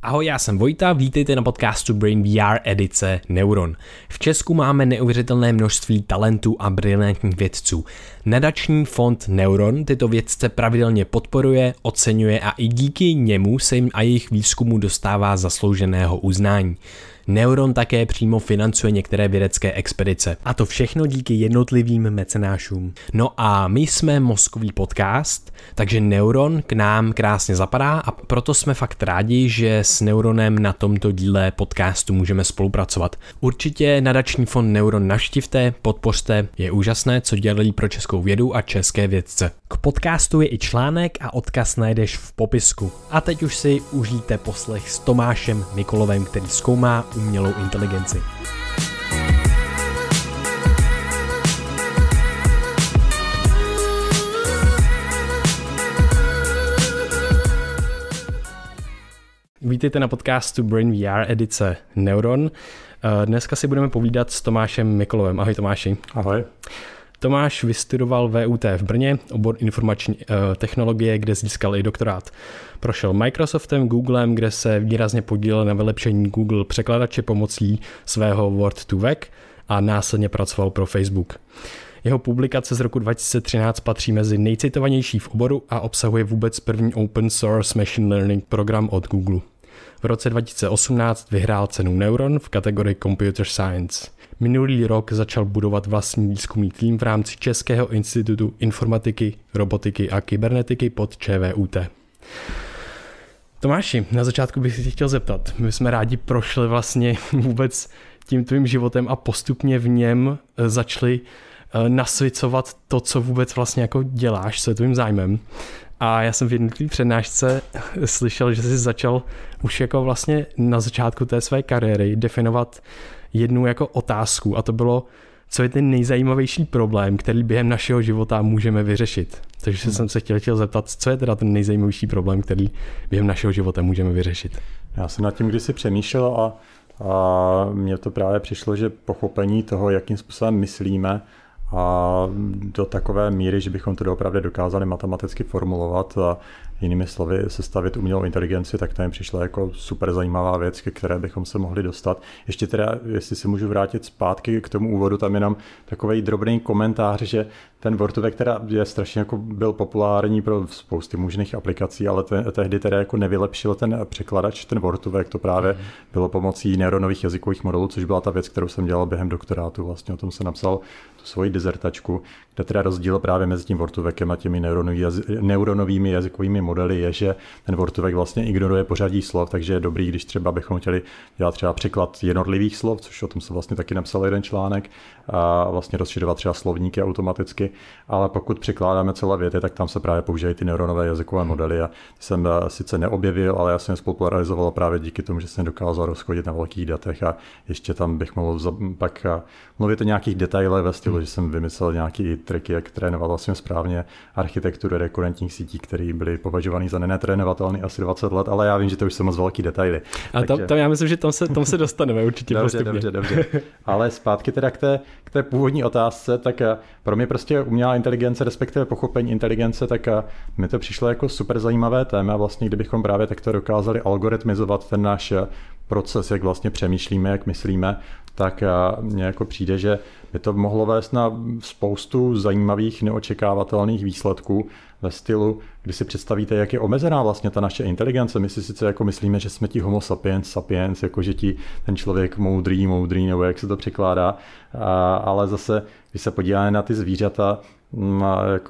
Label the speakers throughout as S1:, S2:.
S1: Ahoj, já jsem Vojta, vítejte na podcastu Brain VR edice Neuron. V Česku máme neuvěřitelné množství talentů a brilantních vědců. Nadační fond Neuron tyto vědce pravidelně podporuje, oceňuje a i díky němu se jim a jejich výzkumu dostává zaslouženého uznání. Neuron také přímo financuje některé vědecké expedice. A to všechno díky jednotlivým mecenášům. No a my jsme mozkový podcast, takže Neuron k nám krásně zapadá a proto jsme fakt rádi, že s Neuronem na tomto díle podcastu můžeme spolupracovat. Určitě nadační fond Neuron navštivte, podpořte, je úžasné, co dělají pro českou vědu a české vědce. K podcastu je i článek a odkaz najdeš v popisku. A teď už si užijte poslech s Tomášem Mikolovem, který zkoumá umělou inteligenci. Vítejte na podcastu Brain VR edice Neuron. Dneska si budeme povídat s Tomášem Mikolovem. Ahoj Tomáši.
S2: Ahoj.
S1: Tomáš vystudoval VUT v Brně, obor informační technologie, kde získal i doktorát. Prošel Microsoftem, Googlem, kde se výrazně podílel na vylepšení Google překladače pomocí svého Word2Vec a následně pracoval pro Facebook. Jeho publikace z roku 2013 patří mezi nejcitovanější v oboru a obsahuje vůbec první open source machine learning program od Google. V roce 2018 vyhrál cenu Neuron v kategorii Computer Science. Minulý rok začal budovat vlastní výzkumný tým v rámci Českého institutu informatiky, robotiky a kybernetiky pod ČVUT. Tomáši, na začátku bych si chtěl zeptat. My jsme rádi prošli vlastně vůbec tím tvým životem a postupně v něm začali nasvicovat to, co vůbec vlastně jako děláš, co je tvým zájmem. A já jsem v jednotlivé přednášce slyšel, že jsi začal už jako vlastně na začátku té své kariéry definovat jednu jako otázku a to bylo, co je ten nejzajímavější problém, který během našeho života můžeme vyřešit. Takže jsem se chtěl zeptat, co je teda ten nejzajímavější problém, který během našeho života můžeme vyřešit.
S2: Já jsem nad tím kdysi přemýšlel a mně to právě přišlo, že pochopení toho, jakým způsobem myslíme a do takové míry, že bychom to opravdu dokázali matematicky formulovat a jinými slovy sestavit umělou inteligenci, tak to mi přišla jako super zajímavá věc, ke které bychom se mohli dostat. Ještě teda, jestli se můžu vrátit zpátky k tomu úvodu, tam jenom takový drobný komentář, že ten Word2Vec teda je strašně jako byl populární pro spousty možných aplikací, ale tehdy teda jako nevylepšil ten překladač, ten Word2Vec, to právě bylo pomocí neuronových jazykových modelů, což byla ta věc, kterou jsem dělal během doktorátu. Vlastně o tom jsem napsal tu svoji dizertačku, kde teda rozdíl právě mezi tím Word2Vecem a těmi neuronovými jazykovými modely je, že ten Word2Vec vlastně ignoruje pořadí slov, takže je dobrý, když třeba bychom chtěli dělat třeba překlad jednotlivých slov, což o tom se vlastně taky napsal jeden článek, a vlastně rozšiřovat třeba slovníky automaticky, ale pokud překládáme celé věty, tak tam se právě používají ty neuronové jazykové modely a ty jsem sice neobjevil, ale já jsem je spopularizoval právě díky tomu, že jsem dokázal rozchodit na velkých datech a ještě tam bych mohl pak mluvit o nějakých detailech ve stylu, že jsem vymyslel nějaký triky, jak trénovat vlastně správně architekturu rekurentních sítí, které byly považované za netrénovatelné asi 20 let, ale já vím, že to už jsou moc velký detaily.
S1: A tam já myslím, že tam se dostaneme určitě
S2: postupně. Dobře. Ale zpátky teda k té původní otázce, tak pro mě prostě umělá inteligence, respektive pochopení inteligence, tak mi to přišlo jako super zajímavé téma, vlastně kdybychom právě takto dokázali algoritmizovat ten náš proces, jak vlastně přemýšlíme, jak myslíme, tak mně jako přijde, že by to mohlo vést na spoustu zajímavých, neočekávatelných výsledků ve stylu, kdy si představíte, jak je omezená vlastně ta naše inteligence. My si sice jako myslíme, že jsme ti homo sapiens, jako že ten člověk moudrý, nebo jak se to překládá, ale zase, když se podíváme na ty zvířata, jako,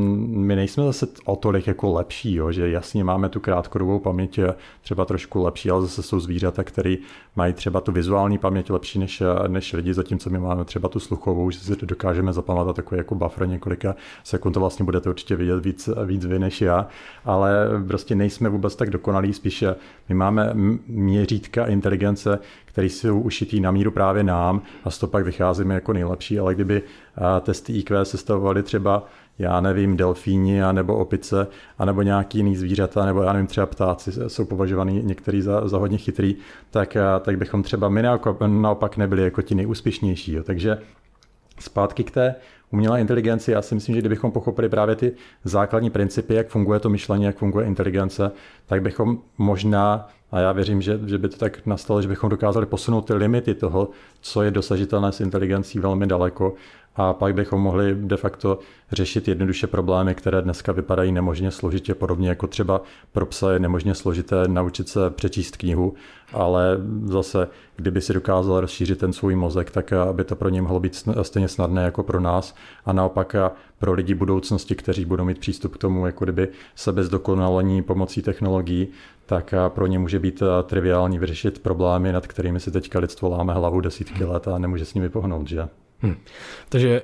S2: my nejsme zase o tolik jako lepší, jo? Že jasně máme tu krátkodobou paměť třeba trošku lepší, ale zase jsou zvířata, které mají třeba tu vizuální paměť lepší než lidi, zatímco my máme třeba tu sluchovou, že si dokážeme zapamatovat takový jako buffer několika sekund, to vlastně budete určitě vidět víc vy než já, ale prostě nejsme vůbec tak dokonalí, spíše my máme měřítka inteligence, které jsou ušitý na míru právě nám a z toho pak vycházíme jako nejlepší, ale kdyby testy IQ sestavovaly třeba, já nevím, delfíni, nebo opice, anebo nějaký jiný zvířata, nebo já nevím, třeba ptáci jsou považovaný některý za hodně chytrý, tak bychom třeba my naopak nebyli jako ti nejúspěšnější. Jo. Takže Zpátky k té umělé inteligenci, já si myslím, že kdybychom pochopili právě ty základní principy, jak funguje to myšlení, jak funguje inteligence, tak bychom možná, a já věřím, že by to tak nastalo, že bychom dokázali posunout ty limity toho, co je dosažitelné s inteligencí velmi daleko, a pak bychom mohli de facto řešit jednoduše problémy, které dneska vypadají nemožně složitě, podobně jako třeba pro psa je nemožně složité naučit se přečíst knihu, ale zase, kdyby si dokázal rozšířit ten svůj mozek, tak aby to pro ně mohlo být stejně snadné jako pro nás, a naopak pro lidi budoucnosti, kteří budou mít přístup k tomu, jako kdyby sebezdokonalení pomocí technologií, tak pro ně může být triviální vyřešit problémy, nad kterými si teďka lidstvo láme hlavu desítky let a nemůže s nimi pohnout, že?
S1: Takže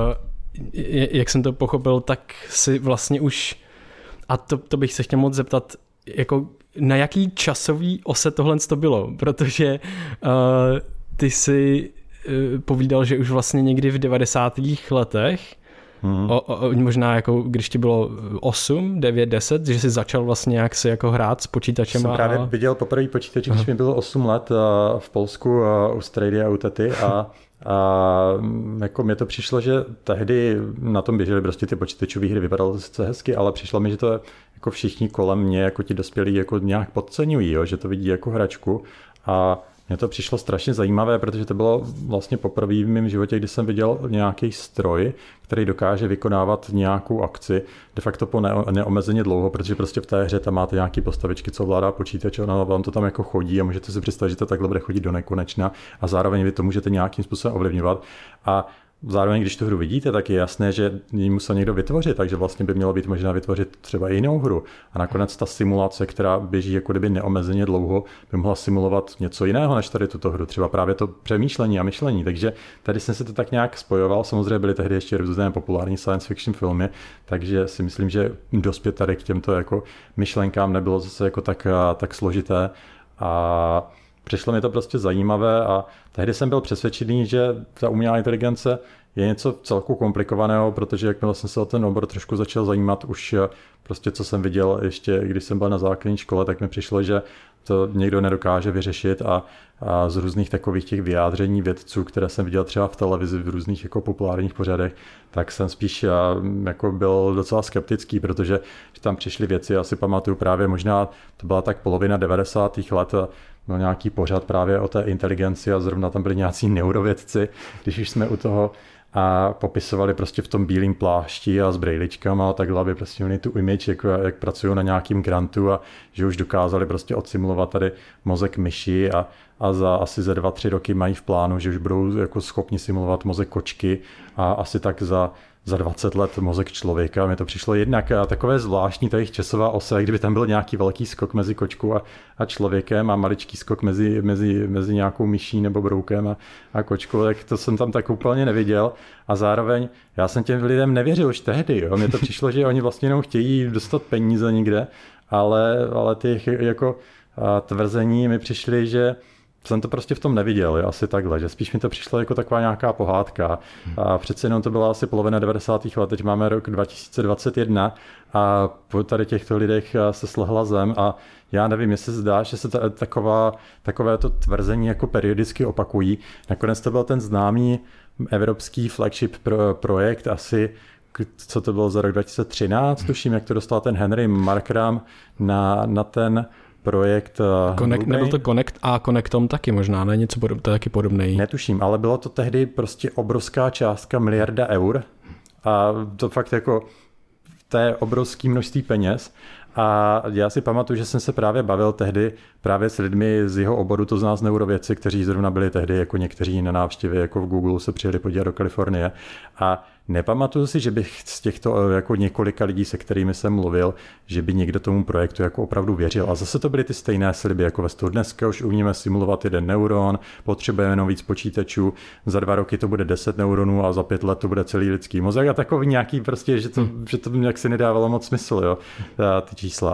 S1: jak jsem to pochopil, tak si vlastně už, a to bych se chtěl moc zeptat, jako na jaký časový ose tohle to bylo, protože ty si povídal, že už vlastně někdy v 90. letech, možná jako když ti bylo 8, 9, 10, že jsi začal vlastně nějak si jako hrát s počítačem.
S2: Jsem právě viděl poprvé počítač, když mi bylo 8 let v Polsku u strejdy a u tety a jako mně to přišlo, že tehdy na tom běžely prostě ty počítačové hry, vypadalo to sice hezky, ale přišlo mi, že to jako všichni kolem mě, jako ti dospělí, jako nějak podceňují, jo? Že to vidí jako hračku, a mně to přišlo strašně zajímavé, protože to bylo vlastně poprvé v mém životě, kdy jsem viděl nějaký stroj, který dokáže vykonávat nějakou akci de facto po neomezeně dlouho, protože prostě v té hře tam máte nějaké postavičky, co ovládá počítač, a vám to tam jako chodí a můžete si představit, že to takhle bude chodit do nekonečna, a zároveň vy to můžete nějakým způsobem ovlivňovat. A zároveň, když tu hru vidíte, tak je jasné, že ji musel někdo vytvořit, takže vlastně by mělo být možná vytvořit třeba jinou hru. A nakonec ta simulace, která běží jako kdyby neomezeně dlouho, by mohla simulovat něco jiného než tady tuto hru, třeba právě to přemýšlení a myšlení. Takže tady jsem se to tak nějak spojoval. Samozřejmě byly tehdy ještě různé populární science fiction filmy, takže si myslím, že dospět tady k těmto jako myšlenkám nebylo zase jako tak složité. A přišlo mi to prostě zajímavé, a tehdy jsem byl přesvědčený, že ta umělá inteligence je něco celku komplikovaného, protože jakmile jsem se o ten obor trošku začal zajímat, už prostě co jsem viděl ještě, když jsem byl na základní škole, tak mi přišlo, že to někdo nedokáže vyřešit, a z různých takových těch vyjádření vědců, které jsem viděl třeba v televizi v různých jako populárních pořadech, tak jsem spíš jako byl docela skeptický, protože tam přišly věci, já si pamatuju právě, možná to byla tak polovina 90. let, byl nějaký pořad právě o té inteligenci a zrovna tam byli nějací neurovědci, když už jsme u toho, a popisovali prostě v tom bílém plášti a s brejličkama a takhle, aby prostě měli tu image, jako jak pracují na nějakým grantu, a že už dokázali prostě odsimulovat tady mozek myši, a asi za 2-3 roky mají v plánu, že už budou jako schopni simulovat mozek kočky, a asi tak za 20 let mozek člověka. Mně to přišlo jednak takové zvláštní, ta jejich časová osa, kdyby tam byl nějaký velký skok mezi kočkou a člověkem a maličký skok mezi nějakou myší nebo broukem a kočkou, tak to jsem tam tak úplně neviděl. A zároveň já jsem těm lidem nevěřil už tehdy. Jo. Mně to přišlo, že oni vlastně jenom chtějí dostat peníze někde, ale ty jako tvrzení mi přišly, že jsem to prostě v tom neviděl, asi takhle, že spíš mi to přišlo jako taková nějaká pohádka. A přece jenom to byla asi polovina 90. let, teď máme rok 2021 a po tady těchto lidech se slehla zem, a já nevím, jestli se zdá, že se takovéto tvrzení jako periodicky opakují. Nakonec to byl ten známý evropský flagship projekt, asi co to bylo za rok 2013, tuším, jak to dostal ten Henry Markram na ten projekt
S1: nebyl to Connect a Connectom taky možná, ne? Něco to je taky podobný.
S2: Netuším, ale bylo to tehdy prostě obrovská částka, 1 miliarda eur, a to fakt jako to je obrovské množství peněz. A já si pamatuju, že jsem se právě bavil tehdy právě s lidmi z jeho oboru, to znám z neurovědci, kteří zrovna byli tehdy jako někteří na návštěvě, jako v Google se přijeli podívat do Kalifornie. A nepamatuju si, že bych z těchto jako několika lidí, se kterými jsem mluvil, že by někdo tomu projektu jako opravdu věřil. A zase to byly ty stejné sliby, jako ve stu. Dneska už umíme simulovat 1 neuron, potřebujeme jenom víc počítačů, za 2 roky to bude 10 neuronů a za 5 let to bude celý lidský mozek a takový nějaký prostě, že to nějak si nedávalo moc smysl, jo, ty čísla,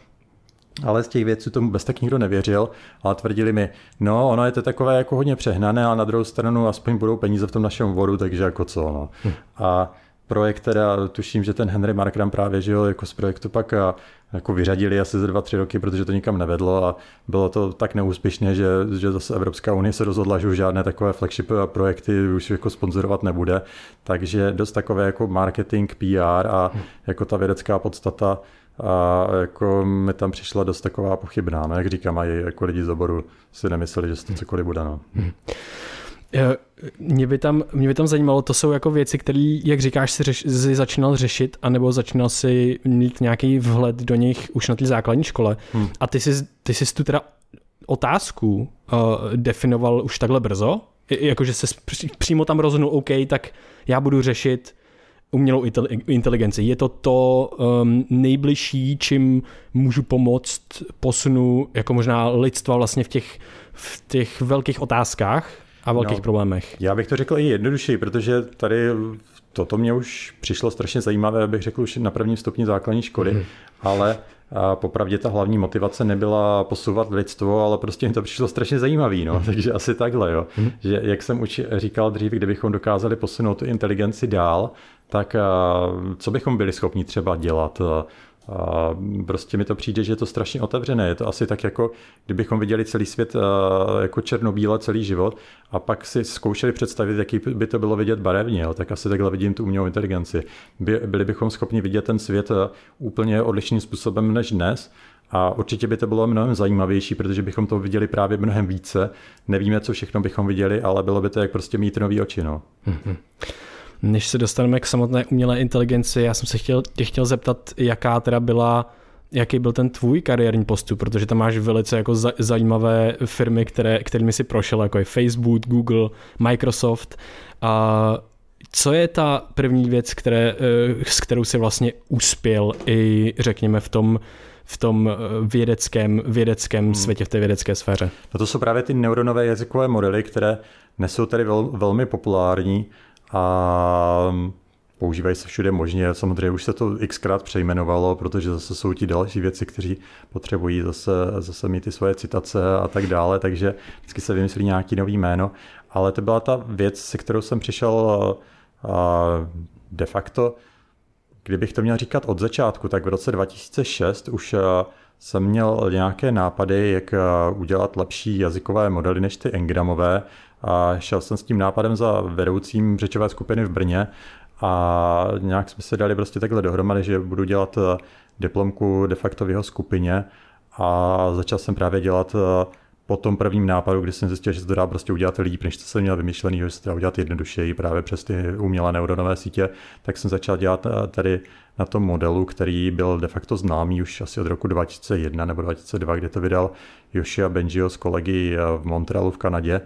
S2: ale z těch věcí tomu bez tak nikdo nevěřil, ale tvrdili mi, no ono je to takové jako hodně přehnané, ale na druhou stranu aspoň budou peníze v tom našem vodu, takže jako co, no. A projekt teda, tuším, že ten Henry Markram právě, že jo, jako z projektu pak jako vyřadili asi za 2-3 roky, protože to nikam nevedlo a bylo to tak neúspěšné, že zase Evropská unie se rozhodla, že už žádné takové flagshipové projekty už jako sponzorovat nebude, takže dost takové jako marketing, PR a jako ta vědecká podstata a jako mi tam přišla dost taková pochybná, no jak říkám, a jako lidi z oboru si nemysleli, že se to cokoliv bude, no.
S1: Mě by tam zajímalo, to jsou jako věci, které, jak říkáš, si začínal řešit, anebo začínal si mít nějaký vhled do nich už na té základní škole. A ty jsi tu teda otázku definoval už takhle brzo? Jakože se přímo tam rozhodnul, OK, tak já budu řešit umělou inteligenci. Je to nejbližší, čím můžu pomoct posunu jako možná lidstva vlastně v těch velkých otázkách a velkých problémech.
S2: Já bych to řekl i jednodušeji, protože tady toto mě už přišlo strašně zajímavé, abych řekl už na prvním stupni základní školy, ale popravdě ta hlavní motivace nebyla posouvat lidstvo, ale prostě mi to přišlo strašně zajímavý, no, takže asi takhle, jo. Že jak jsem už říkal dřív, kdybychom dokázali posunout tu inteligenci dál, tak co bychom byli schopni třeba dělat? A prostě mi to přijde, že je to strašně otevřené. Je to asi tak, jako kdybychom viděli celý svět jako černobíle celý život a pak si zkoušeli představit, jaký by to bylo vidět barevně. Jo. Tak asi takhle vidím tu umělou inteligenci. Byli bychom schopni vidět ten svět úplně odlišným způsobem než dnes. A určitě by to bylo mnohem zajímavější, protože bychom to viděli právě mnohem více. Nevíme, co všechno bychom viděli, ale bylo by to jak prostě mít nový oči. No.
S1: Než se dostaneme k samotné umělé inteligenci, já jsem se chtěl zeptat, jaký byl ten tvůj kariérní postup, protože tam máš velice jako zajímavé firmy, kterými si prošel, jako je Facebook, Google, Microsoft. A co je ta první věc, s kterou si vlastně uspěl i řekněme v tom vědeckém světě, v té vědecké sféře?
S2: No to jsou právě ty neuronové jazykové modely, které nesou tady velmi populární a používají se všude možně. Samozřejmě už se to xkrát přejmenovalo, protože zase jsou ti další věci, kteří potřebují zase mít ty svoje citace a tak dále, takže vždycky se vymyslí nějaký nový jméno. Ale to byla ta věc, se kterou jsem přišel de facto, kdybych to měl říkat od začátku, tak v roce 2006 už jsem měl nějaké nápady, jak udělat lepší jazykové modely než ty engramové. A šel jsem s tím nápadem za vedoucím řečové skupiny v Brně a nějak jsme se dali prostě takhle dohromady, že budu dělat diplomku de facto v jeho skupině a začal jsem právě dělat po tom prvním nápadu, kdy jsem zjistil, že se to dá prostě udělat líp, než to jsem měl vymyšlený, že se to dá udělat jednodušeji právě přes ty umělé neuronové sítě, tak jsem začal dělat tady na tom modelu, který byl de facto známý už asi od roku 2001 nebo 2002, kde to vydal Yoshia Bengio s kolegy v Montrealu v Kanadě.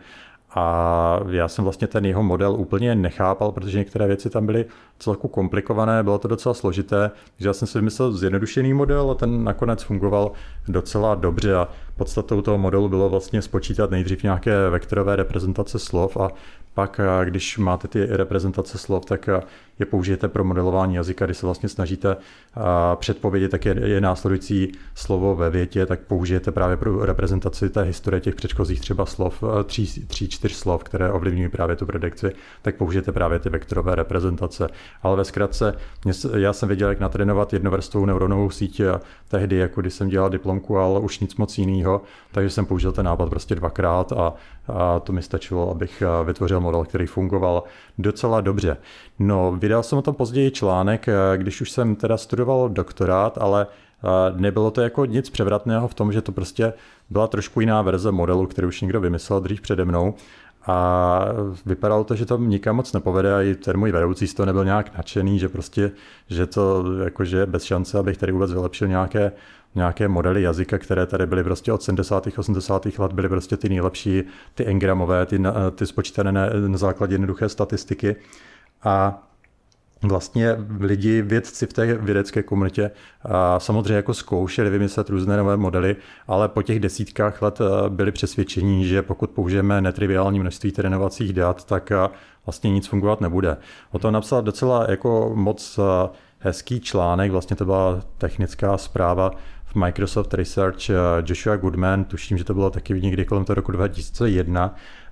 S2: A já jsem vlastně ten jeho model úplně nechápal, protože některé věci tam byly celku komplikované, bylo to docela složité, takže já jsem si vymyslel zjednodušený model a ten nakonec fungoval docela dobře a podstatou toho modelu bylo vlastně spočítat nejdřív nějaké vektorové reprezentace slov a pak, když máte ty reprezentace slov, tak je použijete pro modelování jazyka, kdy se vlastně snažíte předpovědět, tak je následující slovo ve větě, tak použijete právě pro reprezentaci té historie těch předchozích třeba slov, 3-4 slov, které ovlivňují právě tu predikci, tak použijete právě ty vektorové reprezentace. Ale ve zkratce, já jsem věděl, jak natrénovat jednovrstvou neuronovou síť tehdy, jako když jsem dělal diplomku, ale už nic moc jiného, takže jsem použil ten nápad prostě dvakrát a to mi stačilo, abych vytvořil model, který fungoval docela dobře. No, vydal jsem o tom později článek, když už jsem teda studoval doktorát, ale nebylo to jako nic převratného v tom, že to prostě byla trošku jiná verze modelu, který už někdo vymyslel dřív přede mnou. A vypadalo to, že to nikam moc nepovede a i ten můj vedoucí z toho nebyl nějak nadšený, že prostě, že to jakože bez šance, abych tady vůbec vylepšil nějaké modely jazyka, které tady byly prostě od 70. 80. let, byly prostě ty nejlepší, ty engramové, ty spočítané na základě jednoduché statistiky. A vlastně lidi, vědci v té vědecké komunitě samozřejmě jako zkoušeli vymyslet různé nové modely, ale po těch desítkách let byli přesvědčení, že pokud použijeme netriviální množství trénovacích dat, tak vlastně nic fungovat nebude. O tom napsal docela jako moc hezký článek, vlastně to byla technická zpráva v Microsoft Research Joshua Goodman, tuším, že to bylo taky někdy kolem toho roku 2001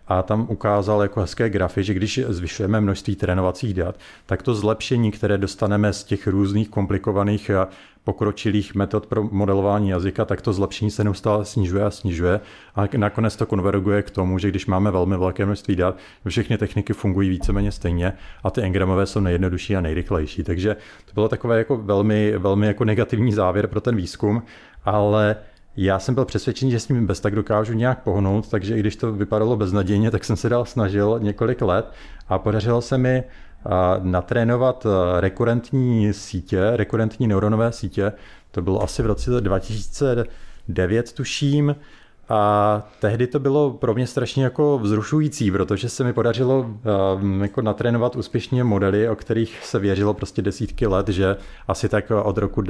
S2: a tam ukázal jako hezké grafy, že když zvyšujeme množství trénovacích dat, tak to zlepšení, které dostaneme z těch různých komplikovaných pokročilých metod pro modelování jazyka, tak to zlepšení se neustále snižuje a snižuje a nakonec to konverguje k tomu, že když máme velmi velké množství dat, všechny techniky fungují víceméně stejně a ty engramové jsou nejjednodušší a nejrychlejší. Takže to bylo takové jako velmi, velmi jako negativní závěr pro ten výzkum, ale já jsem byl přesvědčený, že s ním bez tak dokážu nějak pohnout, takže i když to vypadalo beznadějně, tak jsem se dál snažil několik let a podařilo se mi natrénovat rekurentní neuronové sítě. To bylo asi v roce 2009, tuším. A tehdy to bylo pro mě strašně jako vzrušující, protože se mi podařilo jako natrénovat úspěšně modely, o kterých se věřilo prostě desítky let, že asi tak od roku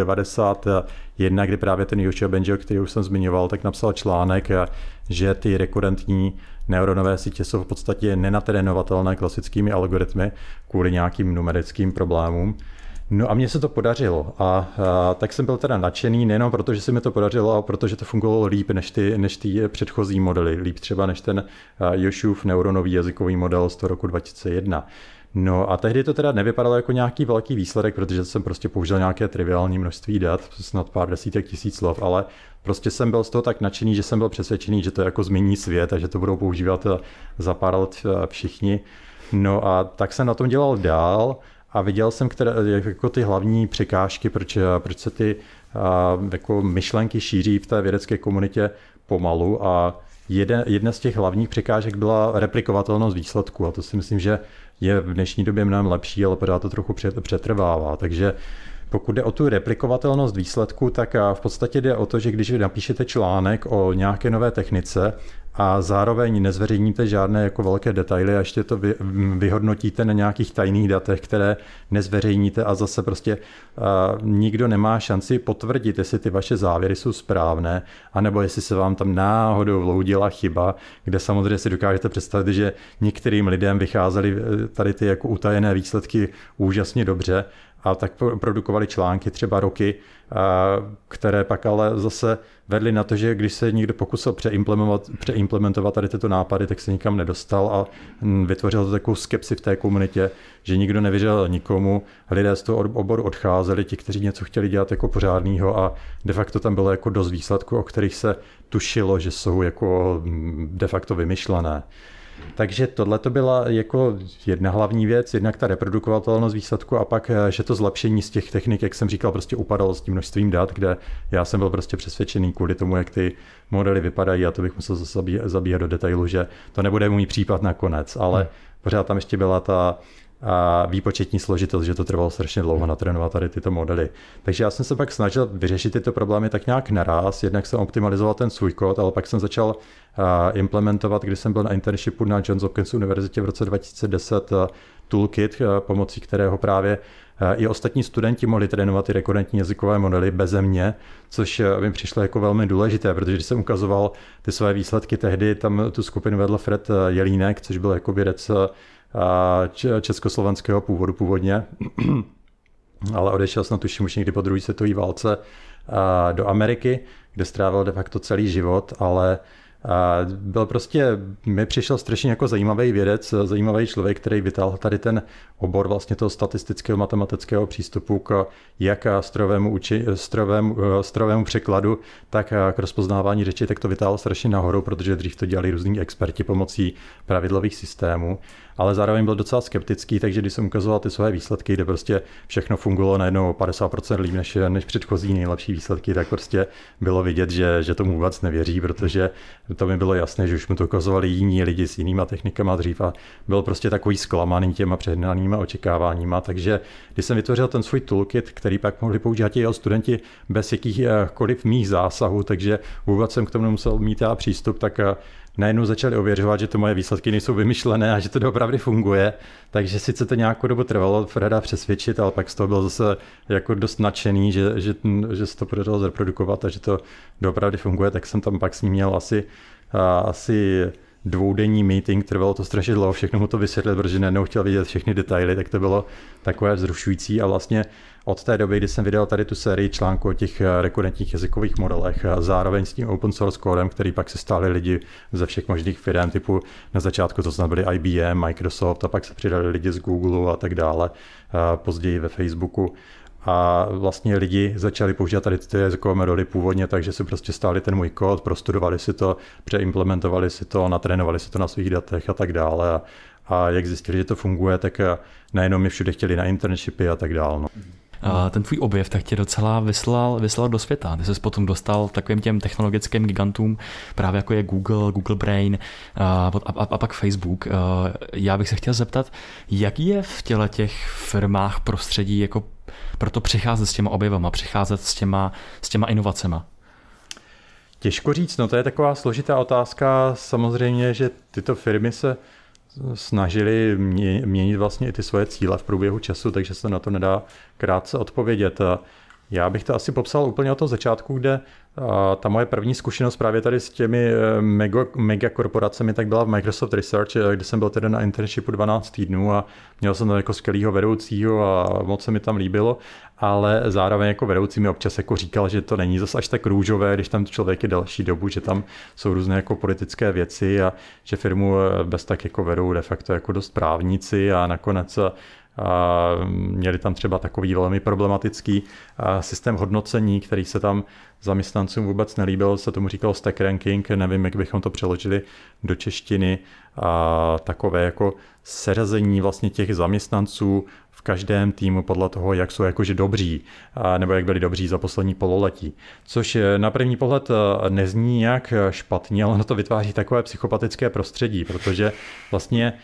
S2: 1991, kdy právě ten Yoshua Bengio, který už jsem zmiňoval, tak napsal článek, že ty rekurentní neuronové sítě jsou v podstatě nenatrénovatelné klasickými algoritmy kvůli nějakým numerickým problémům. No a mně se to podařilo a tak jsem byl teda nadšený, nejenom proto, že se mi to podařilo, ale protože to fungovalo líp než ty předchozí modely, líp třeba než ten Joshuův neuronový jazykový model z toho roku 2001. No a tehdy to teda nevypadalo jako nějaký velký výsledek, protože jsem prostě použil nějaké triviální množství dat, snad pár desítek tisíc slov, ale prostě jsem byl z toho tak nadšený, že jsem byl přesvědčený, že to jako změní svět a že to budou používat za pár let všichni. No a tak jsem na tom dělal dál. A viděl jsem, jako ty hlavní překážky, proč se ty jako myšlenky šíří v té vědecké komunitě pomalu. A jedna z těch hlavních překážek byla replikovatelnost výsledku. A to si myslím, že je v dnešní době mnohem lepší, ale pořád to trochu přetrvává. Takže pokud jde o tu replikovatelnost výsledku, tak v podstatě jde o to, že když napíšete článek o nějaké nové technice a zároveň nezveřejníte žádné jako velké detaily a ještě to vyhodnotíte na nějakých tajných datech, které nezveřejníte a zase prostě nikdo nemá šanci potvrdit, jestli ty vaše závěry jsou správné, anebo jestli se vám tam náhodou vloudila chyba, kde samozřejmě si dokážete představit, že některým lidem vycházely tady ty jako utajené výsledky úžasně dobře, a tak produkovali články třeba roky, které pak ale zase vedly na to, že když se někdo pokusil přeimplementovat tady tyto nápady, tak se nikam nedostal a vytvořil to takovou skepsi v té komunitě, že nikdo nevěřil nikomu, lidé z toho oboru odcházeli, ti, kteří něco chtěli dělat jako pořádného a de facto tam bylo jako dost výsledků, o kterých se tušilo, že jsou jako de facto vymyšlené. Takže tohle to byla jako jedna hlavní věc, jednak ta reprodukovatelnost výsledku a pak, že to zlepšení z těch technik, jak jsem říkal, prostě upadalo s tím množstvím dat, kde já jsem byl prostě přesvědčený kvůli tomu, jak ty modely vypadají a to bych musel zase zabíhat do detailu, že to nebude můj případ nakonec, ale pořád tam ještě byla ta výpočetní složitost, že to trvalo strašně dlouho natrénovat tady tyto modely. Takže já jsem se pak snažil vyřešit tyto problémy tak nějak naraz, jednak jsem optimalizoval ten svůj kód, ale pak jsem začal implementovat, když jsem byl na internshipu na Johns Hopkins univerzitě v roce 2010 toolkit, pomocí kterého právě i ostatní studenti mohli trénovat ty rekurentní jazykové modely beze mě, což mi přišlo jako velmi důležité, protože když jsem ukazoval ty své výsledky tehdy, tam tu skupinu vedl Fred Jelínek, což byl jako vědec československého původu původně, ale odešel snad tuším už někdy po druhé světové válce do Ameriky, kde strávil de facto celý život, ale byl prostě, mi přišel strašně jako zajímavý vědec, zajímavý člověk, který vytáhl tady ten obor vlastně toho statistického matematického přístupu k jak strojovému překladu, tak k rozpoznávání řeči, tak to vytáhl strašně nahoru, protože dřív to dělali různí experti pomocí pravidlových systémů, ale zároveň byl docela skeptický, takže když jsem ukazoval ty své výsledky, kde prostě všechno fungovalo najednou 50% líp než předchozí nejlepší výsledky, tak prostě bylo vidět, že tomu vůbec nevěří, protože to mi bylo jasné, že už mu to ukazovali jiní lidi s jinýma technikama dřív a byl prostě takový zklamaný těma předhnanýma očekáváníma, takže když jsem vytvořil ten svůj toolkit, který pak mohli používat i jeho studenti bez jakýchkoliv mých zásahů, takže vůbec jsem k tomu nemusel mít přístup, tak najednou začali ověřovat, že to moje výsledky nejsou vymyšlené a že to doopravdy funguje. Takže sice to nějakou dobu trvalo Freda přesvědčit, ale pak z toho byl zase jako dost nadšený, že se to podařilo zreprodukovat a že to doopravdy funguje, tak jsem tam pak s ním měl asi dvoudenní meeting, trvalo to strašně dlouho, všechno mu to vysvětlit, protože najednou chtěl vidět všechny detaily, tak to bylo takové vzrušující a vlastně od té doby, kdy jsem vydal tady tu sérii článků o těch rekurentních jazykových modelech a zároveň s tím open source kódem, který pak se stáli lidi ze všech možných firm, typu na začátku to snad byli IBM, Microsoft a pak se přidali lidi z Google a tak dále, později ve Facebooku. A vlastně lidi začali používat tady ty jazykové modely původně, takže si prostě stáli ten můj kód, prostudovali si to, přeimplementovali si to, natrénovali si to na svých datech a tak dále. A jak zjistili, že to funguje, tak nejenom mi všude chtěli na internshipy a tak dále. No.
S3: Ten tvůj objev tak tě docela vyslal do světa. Ty jsi potom dostal takovým těm technologickým gigantům, právě jako je Google Brain a pak Facebook. Já bych se chtěl zeptat, jak je v těch firmách prostředí jako proto přicházet s těma objevama, přicházet s těma inovacema?
S2: Těžko říct, no to je taková složitá otázka. Samozřejmě, že tyto firmy se snažili měnit vlastně i ty svoje cíle v průběhu času, takže se na to nedá krátce odpovědět. Já bych to asi popsal úplně od toho začátku, kde ta moje první zkušenost právě tady s těmi mega korporacemi tak byla v Microsoft Research, kde jsem byl tedy na internshipu 12 týdnů a měl jsem tam jako skvělýho vedoucího a moc se mi tam líbilo, ale zároveň jako vedoucí mi občas jako říkal, že to není zas až tak růžové, když tam člověk je další dobu, že tam jsou různé jako politické věci a že firmu bez tak jako vedou de facto jako dost právníci a nakonec a měli tam třeba takový velmi problematický systém hodnocení, který se tam zaměstnancům vůbec nelíbil, se tomu říkalo stack ranking, nevím, jak bychom to přeložili do češtiny, a takové jako seřazení vlastně těch zaměstnanců v každém týmu podle toho, jak jsou jakože dobří, nebo jak byli dobří za poslední pololetí. Což na první pohled nezní nějak špatně, ale ono to vytváří takové psychopatické prostředí, protože vlastně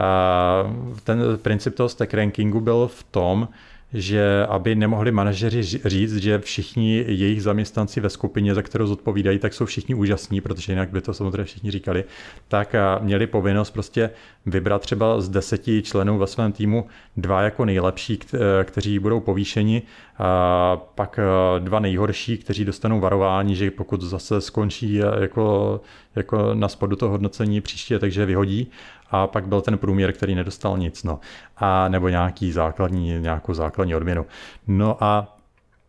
S2: ten princip toho stack rankingu byl v tom, že aby nemohli manažeři říct, že všichni jejich zaměstnanci ve skupině, za kterou zodpovídají, tak jsou všichni úžasní, protože jinak by to samozřejmě všichni říkali, tak měli povinnost prostě vybrat třeba z 10 členů ve svém týmu 2 jako nejlepší, kteří budou povýšeni, a pak 2 nejhorší, kteří dostanou varování, že pokud zase skončí jako na spodu toho hodnocení příště, takže vyhodí. A pak byl ten průměr, který nedostal nic, no. A nebo nějakou základní odměnu. No a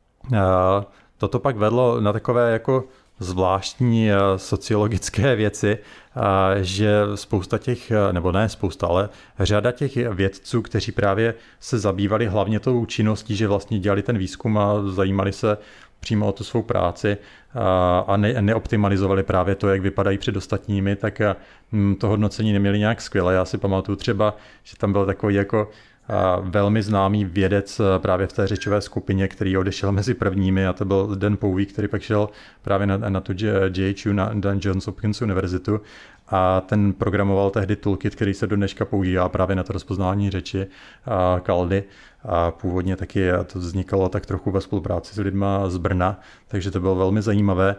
S2: toto pak vedlo na takové jako zvláštní sociologické věci, že spousta těch, nebo ne spousta, ale řada těch vědců, kteří právě se zabývali hlavně tou činností, že vlastně dělali ten výzkum a zajímali se přímo o tu svou práci a neoptimalizovali právě to, jak vypadají před ostatními, tak to hodnocení neměli nějak skvěle. Já si pamatuju třeba, že tam byl takový jako velmi známý vědec právě v té řečové skupině, který odešel mezi prvními, a to byl Dan Powey, který pak šel právě na tu JHU, na Johns Hopkins univerzitu, a ten programoval tehdy toolkit, který se do dneška používá právě na to rozpoznání řeči Kaldy. A původně taky to vznikalo tak trochu ve spolupráci s lidma z Brna, takže to bylo velmi zajímavé.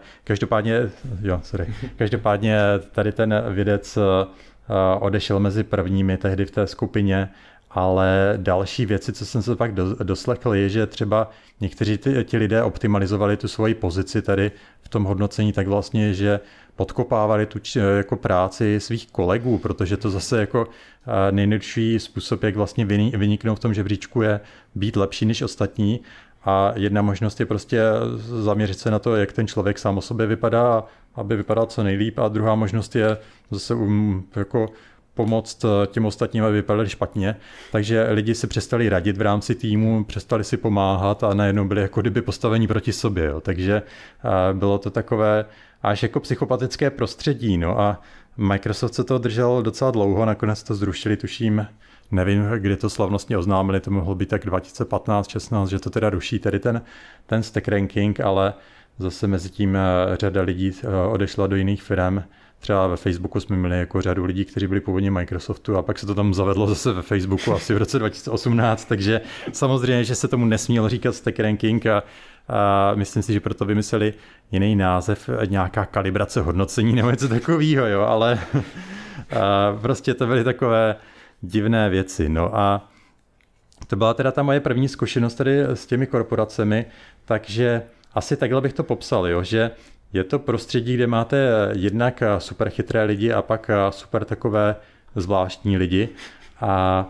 S2: Každopádně tady ten vědec odešel mezi prvními tehdy v té skupině, ale další věci, co jsem se pak doslechl, je, že třeba někteří ti lidé optimalizovali tu svoji pozici tady v tom hodnocení tak vlastně, že podkopávali tu jako práci svých kolegů, protože to zase jako nejlepší způsob, jak vlastně vyniknout v tom žebříčku, je být lepší než ostatní. A jedna možnost je prostě zaměřit se na to, jak ten člověk sám o sobě vypadá, aby vypadal co nejlíp, a druhá možnost je zase jako pomoct těm ostatním, aby vypadali špatně. Takže lidi si přestali radit v rámci týmu, přestali si pomáhat a najednou byli jako kdyby postavení proti sobě. Jo. Takže bylo to takové až jako psychopatické prostředí. No a Microsoft se to držel docela dlouho, nakonec to zrušili, tuším, nevím, kdy to slavnostně oznámili, to mohlo být tak 2015-16, že to teda ruší tady ten stack ranking, ale zase mezi tím řada lidí odešla do jiných firm. Třeba ve Facebooku jsme měli jako řadu lidí, kteří byli původně Microsoftu, a pak se to tam zavedlo zase ve Facebooku asi v roce 2018, takže samozřejmě, že se tomu nesmělo říkat stack ranking, a myslím si, že proto vymysleli jiný název, nějaká kalibrace hodnocení nebo něco takového, jo, ale prostě to byly takové divné věci. No a to byla teda ta moje první zkušenost tady s těmi korporacemi, takže asi takhle bych to popsal, jo, že Je to prostředí, kde máte jednak super chytré lidi a pak super takové zvláštní lidi a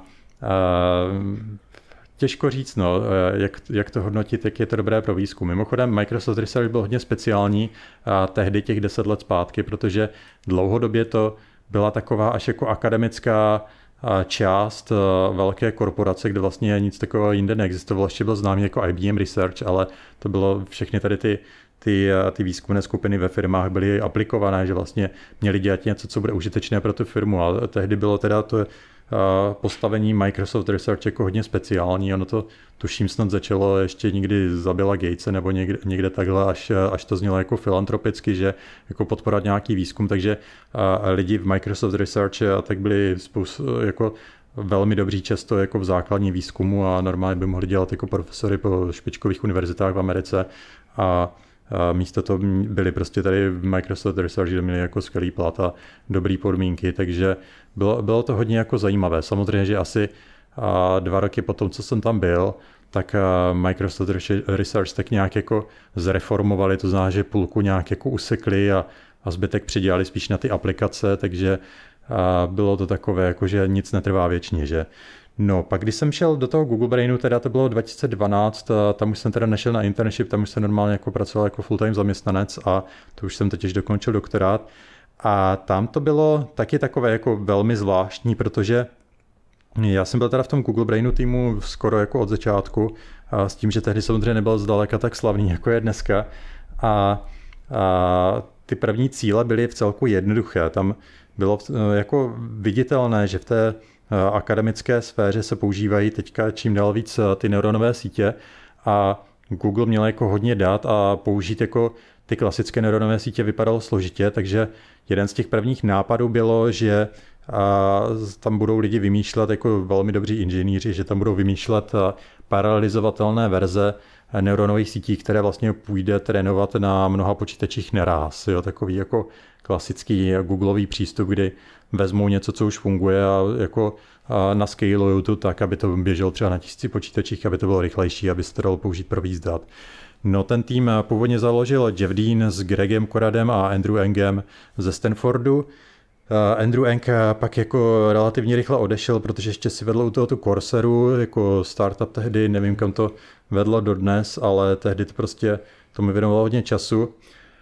S2: těžko říct, no, jak to hodnotit, jak je to dobré pro výzkum. Mimochodem Microsoft Research byl hodně speciální tehdy těch 10 let zpátky, protože dlouhodobě to byla taková až jako akademická část velké korporace, kde vlastně nic takového jinde neexistovalo. Ještě byl známý jako IBM Research, ale to bylo všechny tady ty výzkumné skupiny ve firmách byly aplikované, že vlastně měli dělat něco, co bude užitečné pro tu firmu. A tehdy bylo teda to postavení Microsoft Research jako hodně speciální. Ono to tuším snad začalo ještě někdy za Billa Gatese nebo někde takhle, až to znělo jako filantropicky, že jako podporovat nějaký výzkum, takže lidi v Microsoft Research tak byli jako velmi dobří často jako v základním výzkumu a normálně by mohli dělat jako profesory po špičkových univerzitách v Americe a místo toho byli prostě tady v Microsoft Research, kde měli jako skvělý plat a dobrý podmínky, takže bylo to hodně jako zajímavé. Samozřejmě, že asi 2 roky potom, co jsem tam byl, tak Microsoft Research tak nějak jako zreformovali, to znamená, že půlku nějak jako usekli a zbytek přidělali spíš na ty aplikace, takže bylo to takové, jako že nic netrvá věčně, že. No, pak když jsem šel do toho Google Brainu, teda to bylo 2012, tam už jsem teda nešel na internship, tam už jsem normálně jako pracoval jako full-time zaměstnanec a to už jsem totiž dokončil doktorát. A tam to bylo taky takové jako velmi zvláštní, protože já jsem byl teda v tom Google Brainu týmu skoro jako od začátku, s tím, že tehdy samozřejmě nebyl zdaleka tak slavný, jako je dneska. A ty první cíle byly v celku jednoduché. Tam bylo jako viditelné, že v té akademické sféře se používají teďka čím dál víc ty neuronové sítě a Google měl jako hodně dat a použít jako ty klasické neuronové sítě vypadalo složitě, takže jeden z těch prvních nápadů bylo, že tam budou lidi vymýšlet jako velmi dobří inženýři, že tam budou vymýšlet paralelizovatelné verze neuronových sítí, které vlastně půjde trénovat na mnoha počítačích naráz. Jo, takový jako klasický Googlový přístup, kdy vezmou něco, co už funguje a jako nascalujou to tak, aby to běželo třeba na 1000 počítačích, aby to bylo rychlejší, aby se to dalo použít pro víc dat. No, ten tým původně založil Jeff Dean s Gregem Corradem a Andrew Ngem ze Stanfordu. Andrew Ng pak jako relativně rychle odešel, protože ještě si vedl u tohoto Coursera jako startup tehdy, nevím kam to vedlo dodnes, ale tehdy to prostě tomu věnovalo hodně času.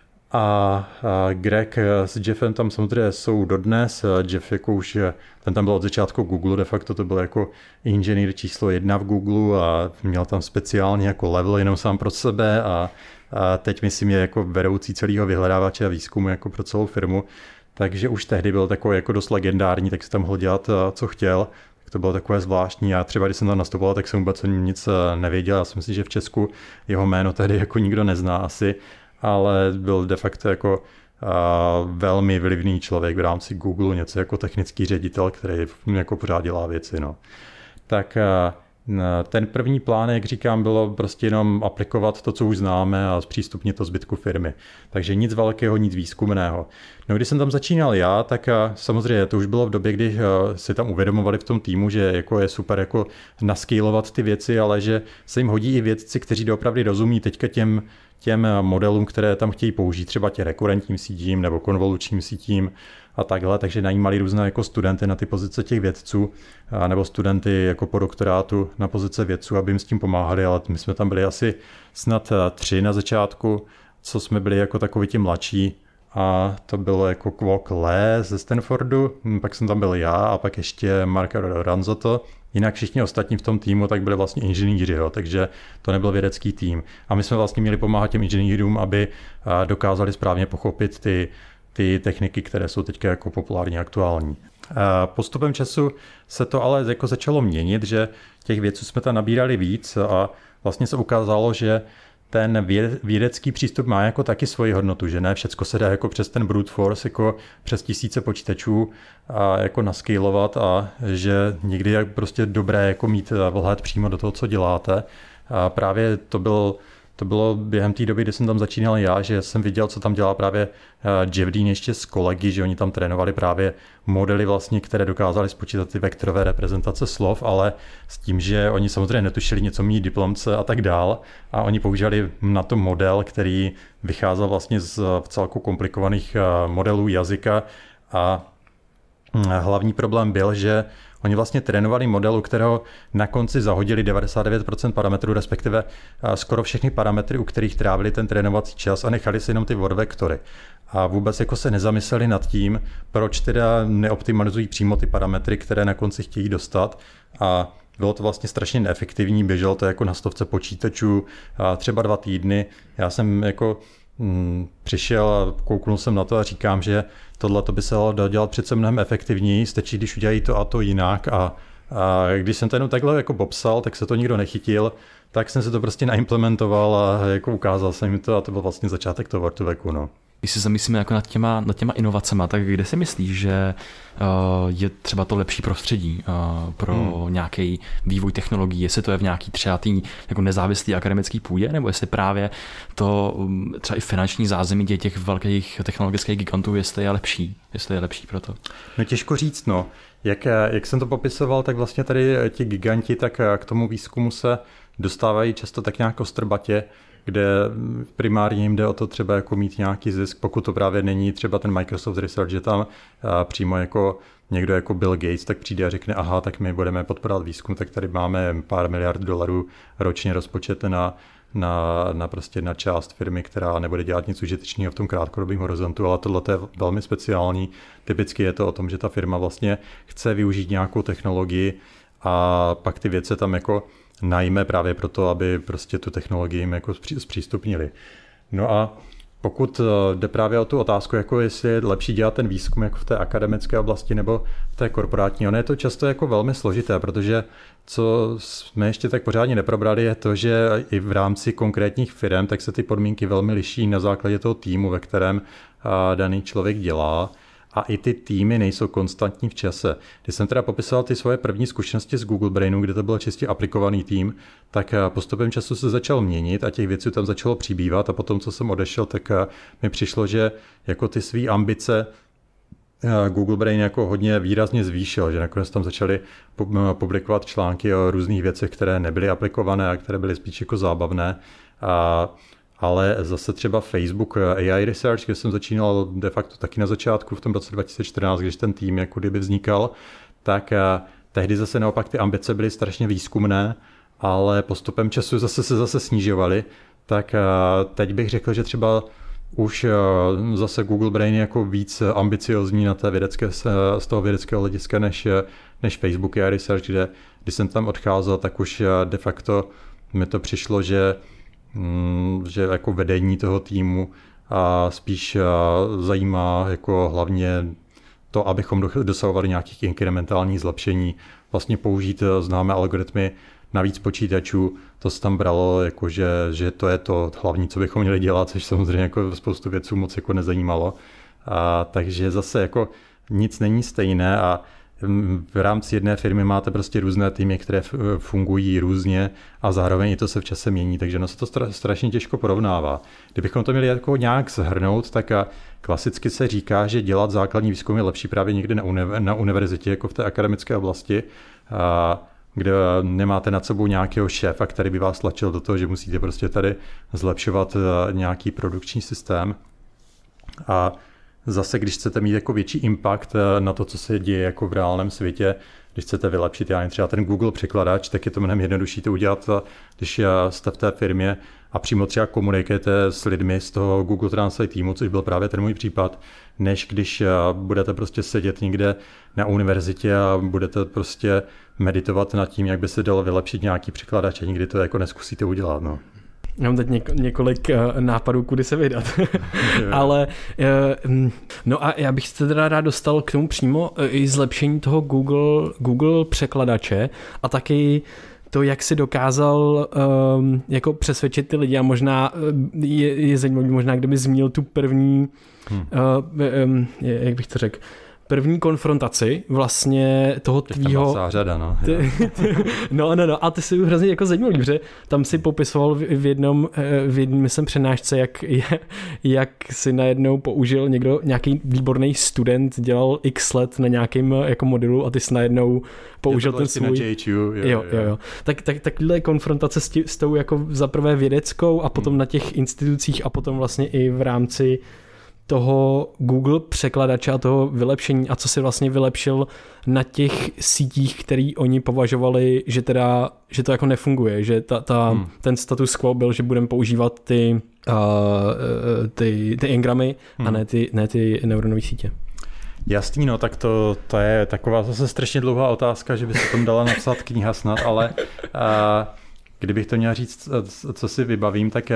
S2: A Greg s Jeffem tam samozřejmě jsou dodnes. Jeff jako už, ten tam byl od začátku Google, de facto to byl jako inženýr číslo 1 v Google a měl tam speciálně jako level jenom sám pro sebe a teď myslím je jako vedoucí celého vyhledávače a výzkumu jako pro celou firmu. Takže už tehdy byl takový jako dost legendární, tak si tam mohl dělat, co chtěl. Tak to bylo takové zvláštní. Já třeba, když jsem tam nastupoval, tak jsem vůbec o něm nic nevěděl. Já si myslím, že v Česku jeho jméno tehdy jako nikdo nezná asi, ale byl de facto jako velmi vlivný člověk v rámci Google, něco jako technický ředitel, který jako pořád dělá věci. No. Tak ten první plán, jak říkám, bylo prostě jenom aplikovat to, co už známe a zpřístupnit to zbytku firmy. Takže nic velkého, nic výzkumného. No, když jsem tam začínal já, tak samozřejmě to už bylo v době, kdy si tam uvědomovali v tom týmu, že jako je super jako nascalovat ty věci, ale že se jim hodí i vědci, kteří doopravdy rozumí teďka těm modelům, které tam chtějí použít, třeba tě rekurentním sítím nebo konvolučním sítím a takhle, takže najímali různé jako studenty na ty pozice těch vědců nebo studenty jako po doktorátu na pozice vědců, aby jim s tím pomáhali, ale my jsme tam byli asi snad 3 na začátku, co jsme byli jako takoví ti mladší a to bylo jako Kwok Le ze Stanfordu, pak jsem tam byl já a pak ještě Mark Ranzotto. Jinak všichni ostatní v tom týmu tak byli vlastně inženýři, jo, takže to nebyl vědecký tým. A my jsme vlastně měli pomáhat těm inženýrům, aby dokázali správně pochopit ty techniky, které jsou teď jako populárně aktuální. Postupem času se to ale jako začalo měnit, že těch vědců jsme tam nabírali víc a vlastně se ukázalo, že ten vědecký přístup má jako taky svoji hodnotu, že ne všecko se dá jako přes ten brute force, jako přes tisíce počítačů a jako nascalovat a že někdy je prostě dobré jako mít vhled přímo do toho, co děláte. A právě to byl to bylo během té doby, kdy jsem tam začínal já, že jsem viděl, co tam dělá právě Jeff Dean ještě s kolegy, že oni tam trénovali právě modely vlastně, které dokázali spočítat ty vektorové reprezentace slov, ale s tím, že oni samozřejmě netušili něco mít diplomce a tak dál a oni používali na to model, který vycházel vlastně z celku komplikovaných modelů jazyka a hlavní problém byl, že oni vlastně trénovali model, u kterého na konci zahodili 99% parametrů, respektive skoro všechny parametry, u kterých trávili ten trénovací čas a nechali si jenom ty word vektory. A vůbec jako se nezamysleli nad tím, proč teda neoptimalizují přímo ty parametry, které na konci chtějí dostat. A bylo to vlastně strašně neefektivní, běželo to jako na stovce počítačů, třeba 2 týdny. Já jsem jako přišel a kouknul jsem na to a říkám, že tohle by se dalo dělat přece mnohem efektivněji, stačí, když udělají to a to jinak a když jsem to jenom takhle jako popsal, tak se to nikdo nechytil, tak jsem se to prostě naimplementoval a jako ukázal jsem jim to a to byl vlastně začátek toho Word2Vecu, no.
S3: Když se zamyslíme jako nad těma inovacema, tak kde si myslíš, že je třeba to lepší prostředí pro nějaký vývoj technologií, jestli to je v nějaký třeba tý jako nezávislý akademický půdě, nebo jestli právě to třeba i finanční zázemí těch velkých technologických gigantů, jestli je lepší pro to?
S2: No těžko říct, no. Jak jsem to popisoval, tak vlastně tady ti giganti tak k tomu výzkumu se dostávají často tak nějak ostrbatě, kde primárně jim jde o to třeba jako mít nějaký zisk, pokud to právě není třeba ten Microsoft Research, že tam přímo jako někdo jako Bill Gates tak přijde a řekne, aha, tak my budeme podporovat výzkum, tak tady máme pár miliard dolarů ročně rozpočet na část firmy, která nebude dělat nic užitečného v tom krátkodobém horizontu, ale tohle je velmi speciální. Typicky je to o tom, že ta firma vlastně chce využít nějakou technologii a pak ty věci tam jako najme právě proto, aby prostě tu technologii jim jako zpřístupnili. No a pokud jde právě o tu otázku, jako jestli je lepší dělat ten výzkum jako v té akademické oblasti nebo v té korporátní, ono je to často jako velmi složité, protože co jsme ještě tak pořádně neprobrali, je to, že i v rámci konkrétních firm, tak se ty podmínky velmi liší na základě toho týmu, ve kterém daný člověk dělá. A i ty týmy nejsou konstantní v čase. Když jsem teda popisoval ty svoje první zkušenosti z Google Brainu, kde to byl čistě aplikovaný tým, tak postupem času se začal měnit a těch věcí tam začalo přibývat a potom, co jsem odešel, tak mi přišlo, že jako ty svý ambice Google Brain jako hodně výrazně zvýšil, že nakonec tam začali publikovat články o různých věcech, které nebyly aplikované a které byly spíš jako zábavné. Ale zase třeba Facebook AI Research, kde jsem začínal de facto taky na začátku v tom roce 2014, když ten tým jako kdyby vznikal, tak tehdy zase naopak ty ambice byly strašně výzkumné, ale postupem času se snižovaly. Tak teď bych řekl, že třeba už zase Google Brain je jako víc ambiciozní na té z toho vědeckého hlediska než Facebook AI Research, kde když jsem tam odcházel, tak už de facto mi to přišlo, že jako vedení toho týmu a spíš zajímá jako hlavně to, abychom dosahovali nějakých inkrementálních zlepšení, vlastně použít známé algoritmy na víc počítačů, to se tam bralo, jako že to je to hlavní, co bychom měli dělat, což samozřejmě jako spoustu věců moc jako nezajímalo. Takže zase jako nic není stejné a v rámci jedné firmy máte prostě různé týmy, které fungují různě a zároveň i to se v čase mění, takže ono se to strašně těžko porovnává. Kdybychom to měli jako nějak shrnout, tak klasicky se říká, že dělat základní výzkum je lepší právě někde na univerzitě, jako v té akademické oblasti, kde nemáte nad sebou nějakého šéfa, který by vás tlačil do toho, že musíte prostě tady zlepšovat nějaký produkční systém. A zase, když chcete mít jako větší impact na to, co se děje jako v reálném světě, když chcete vylepšit třeba ten Google překladač, tak je to mnohem jednodušší to udělat, když jste v té firmě a přímo třeba komunikujete s lidmi z toho Google Translate týmu, což byl právě ten můj případ, než když budete prostě sedět někde na univerzitě a budete prostě meditovat nad tím, jak by se dalo vylepšit nějaký překladač a nikdy to jako neskusíte udělat. No.
S1: Já mám teď několik nápadů, kudy se vydat. Ale no a já bych se teda rád dostal k tomu přímo i zlepšení toho Google překladače a taky to, jak si dokázal jako přesvědčit ty lidi a možná je zajímavý, možná kdyby zmínil tu první, jak bych to řekl, první konfrontaci vlastně toho tvýho...
S2: Zářada, no.
S1: No, a ty si hrozně jako zajímavý, protože tam si popisoval v jednom myslím přednášce, jak si najednou použil nějaký výborný student, dělal x let na nějakém jako modelu a ty si najednou použil ten svůj... Jo. Takhle konfrontace s tou jako zaprvé vědeckou a potom na těch institucích a potom vlastně i v rámci toho Google překladače a toho vylepšení a co si vlastně vylepšil na těch sítích, který oni považovali, že to jako nefunguje, že ten status quo byl, že budeme používat ty engramy a ne ty neuronové sítě.
S2: Jasný, no tak to je taková zase strašně dlouhá otázka, že by se tomu dala napsat kniha snad, ale kdybych to měl říct, co si vybavím, tak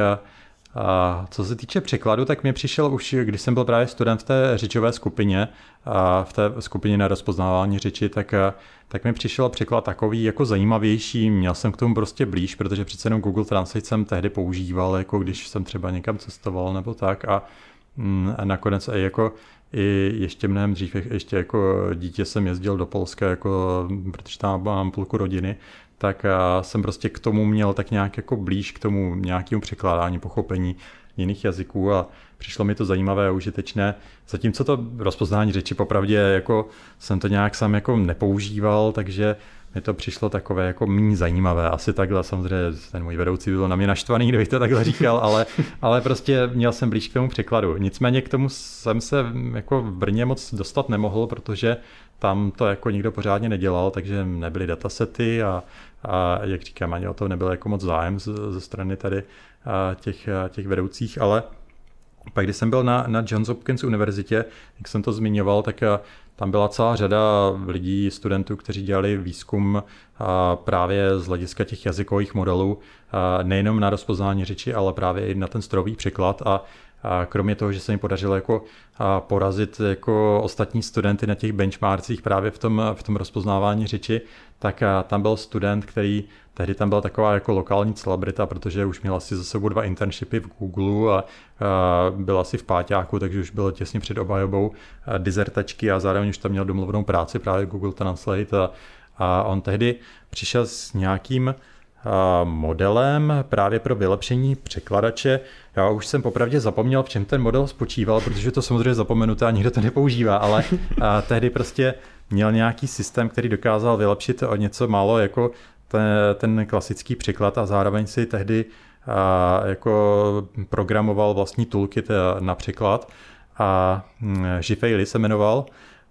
S2: a co se týče překladu, tak mi přišel už, když jsem byl právě student v té řečové skupině, v té skupině na rozpoznávání řeči, tak mi přišel překlad takový jako zajímavější, měl jsem k tomu prostě blíž, protože přece jenom Google Translate jsem tehdy používal, jako když jsem třeba někam cestoval nebo tak a nakonec i ještě mnohem dřív, ještě jako dítě jsem jezdil do Polska, jako, protože tam mám půlku rodiny, tak jsem prostě k tomu měl tak nějak jako blíž k tomu nějakému překládání, pochopení jiných jazyků a přišlo mi to zajímavé a užitečné. Zatímco to rozpoznání řeči popravdě jako jsem to nějak sám jako nepoužíval, takže mi to přišlo takové jako méně zajímavé. Asi takhle, samozřejmě ten můj vedoucí byl na mě naštvaný, kdybych to takhle říkal, ale prostě měl jsem blíž k tomu překladu. Nicméně k tomu jsem se jako v Brně moc dostat nemohl, protože tam to jako nikdo pořádně nedělal, takže nebyly datasety a jak říkám, ani o to nebyl jako moc zájem ze strany tady těch vedoucích, ale pak když jsem byl na Johns Hopkins univerzitě, jak jsem to zmiňoval, tak tam byla celá řada lidí, studentů, kteří dělali výzkum právě z hlediska těch jazykových modelů, nejenom na rozpoznání řeči, ale právě i na ten strojový překlad a kromě toho, že se jim podařilo jako porazit jako ostatní studenty na těch benchmarkcích právě v tom rozpoznávání řeči, tak tam byl student, který tehdy tam byla taková jako lokální celebrita, protože už měl asi za sebou 2 internshipy v Google a byl asi v páťáku, takže už byl těsně před obhajobou dizertačky a zároveň už tam měl domluvenou práci právě Google Translate a on tehdy přišel s nějakým modelem právě pro vylepšení překladače. Já už jsem popravdě zapomněl, v čem ten model spočíval, protože to samozřejmě zapomenuté a nikdo to nepoužívá, ale tehdy prostě měl nějaký systém, který dokázal vylepšit o něco málo jako ten klasický překlad a zároveň si tehdy jako programoval vlastní toolkit na překlad a Žifejli se jmenoval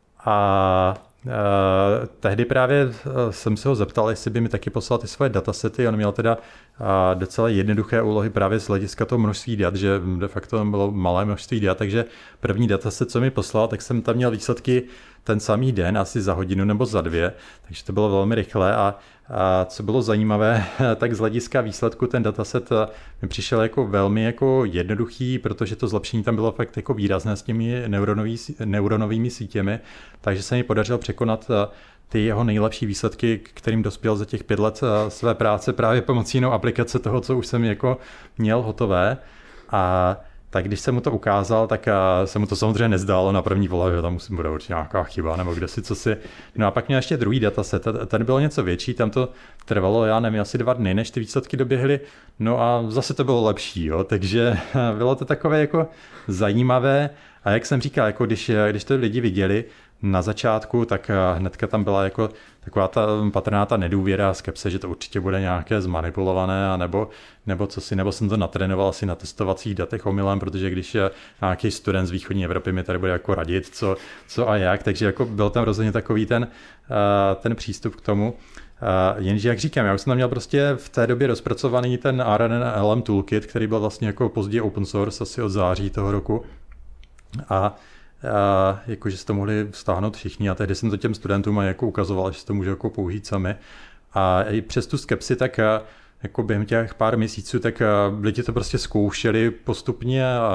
S2: a tehdy právě jsem se ho zeptal, jestli by mi taky poslal ty svoje datasety. On měl teda docela jednoduché úlohy právě z hlediska toho množství dat, že de facto bylo malé množství dat, takže první dataset, co mi poslal, tak jsem tam měl výsledky ten samý den, asi za hodinu nebo za 2, takže to bylo velmi rychlé a co bylo zajímavé, tak z hlediska výsledku ten dataset mi přišel jako velmi jako jednoduchý, protože to zlepšení tam bylo fakt jako výrazné s těmi neuronovými sítěmi, takže se mi podařilo překonat ty jeho nejlepší výsledky, k kterým dospěl za těch 5 let své práce právě pomocí jinou aplikace toho, co už jsem jako měl hotové. A tak když jsem mu to ukázal, tak se mu to samozřejmě nezdálo na první pohled, že tam musím bude určitě nějaká chyba nebo kdesi cosi. No a pak měl ještě druhý dataset, ten byl něco větší, tam to trvalo, já nevím, asi 2 dny, než ty výsledky doběhly, no a zase to bylo lepší, jo, takže bylo to takové jako zajímavé a jak jsem říkal, jako když to lidi viděli na začátku, tak hnedka tam byla jako taková ta patrná ta nedůvěra a skepse, že to určitě bude nějaké zmanipulované, nebo jsem to natrénoval asi na testovacích datech omylem, protože když nějaký student z východní Evropy mi tady bude jako radit, co a jak, takže jako byl tam rozhodně takový ten přístup k tomu. Jenže jak říkám, já už jsem tam měl prostě v té době rozpracovaný ten RNNLM toolkit, který byl vlastně jako později open source asi od září toho roku. A jakože si to mohli stáhnout všichni a tehdy jsem to těm studentům jako ukazoval, že si to může jako použít sami. A i přes tu skepsi, tak jako během těch pár měsíců, tak lidi to prostě zkoušeli postupně a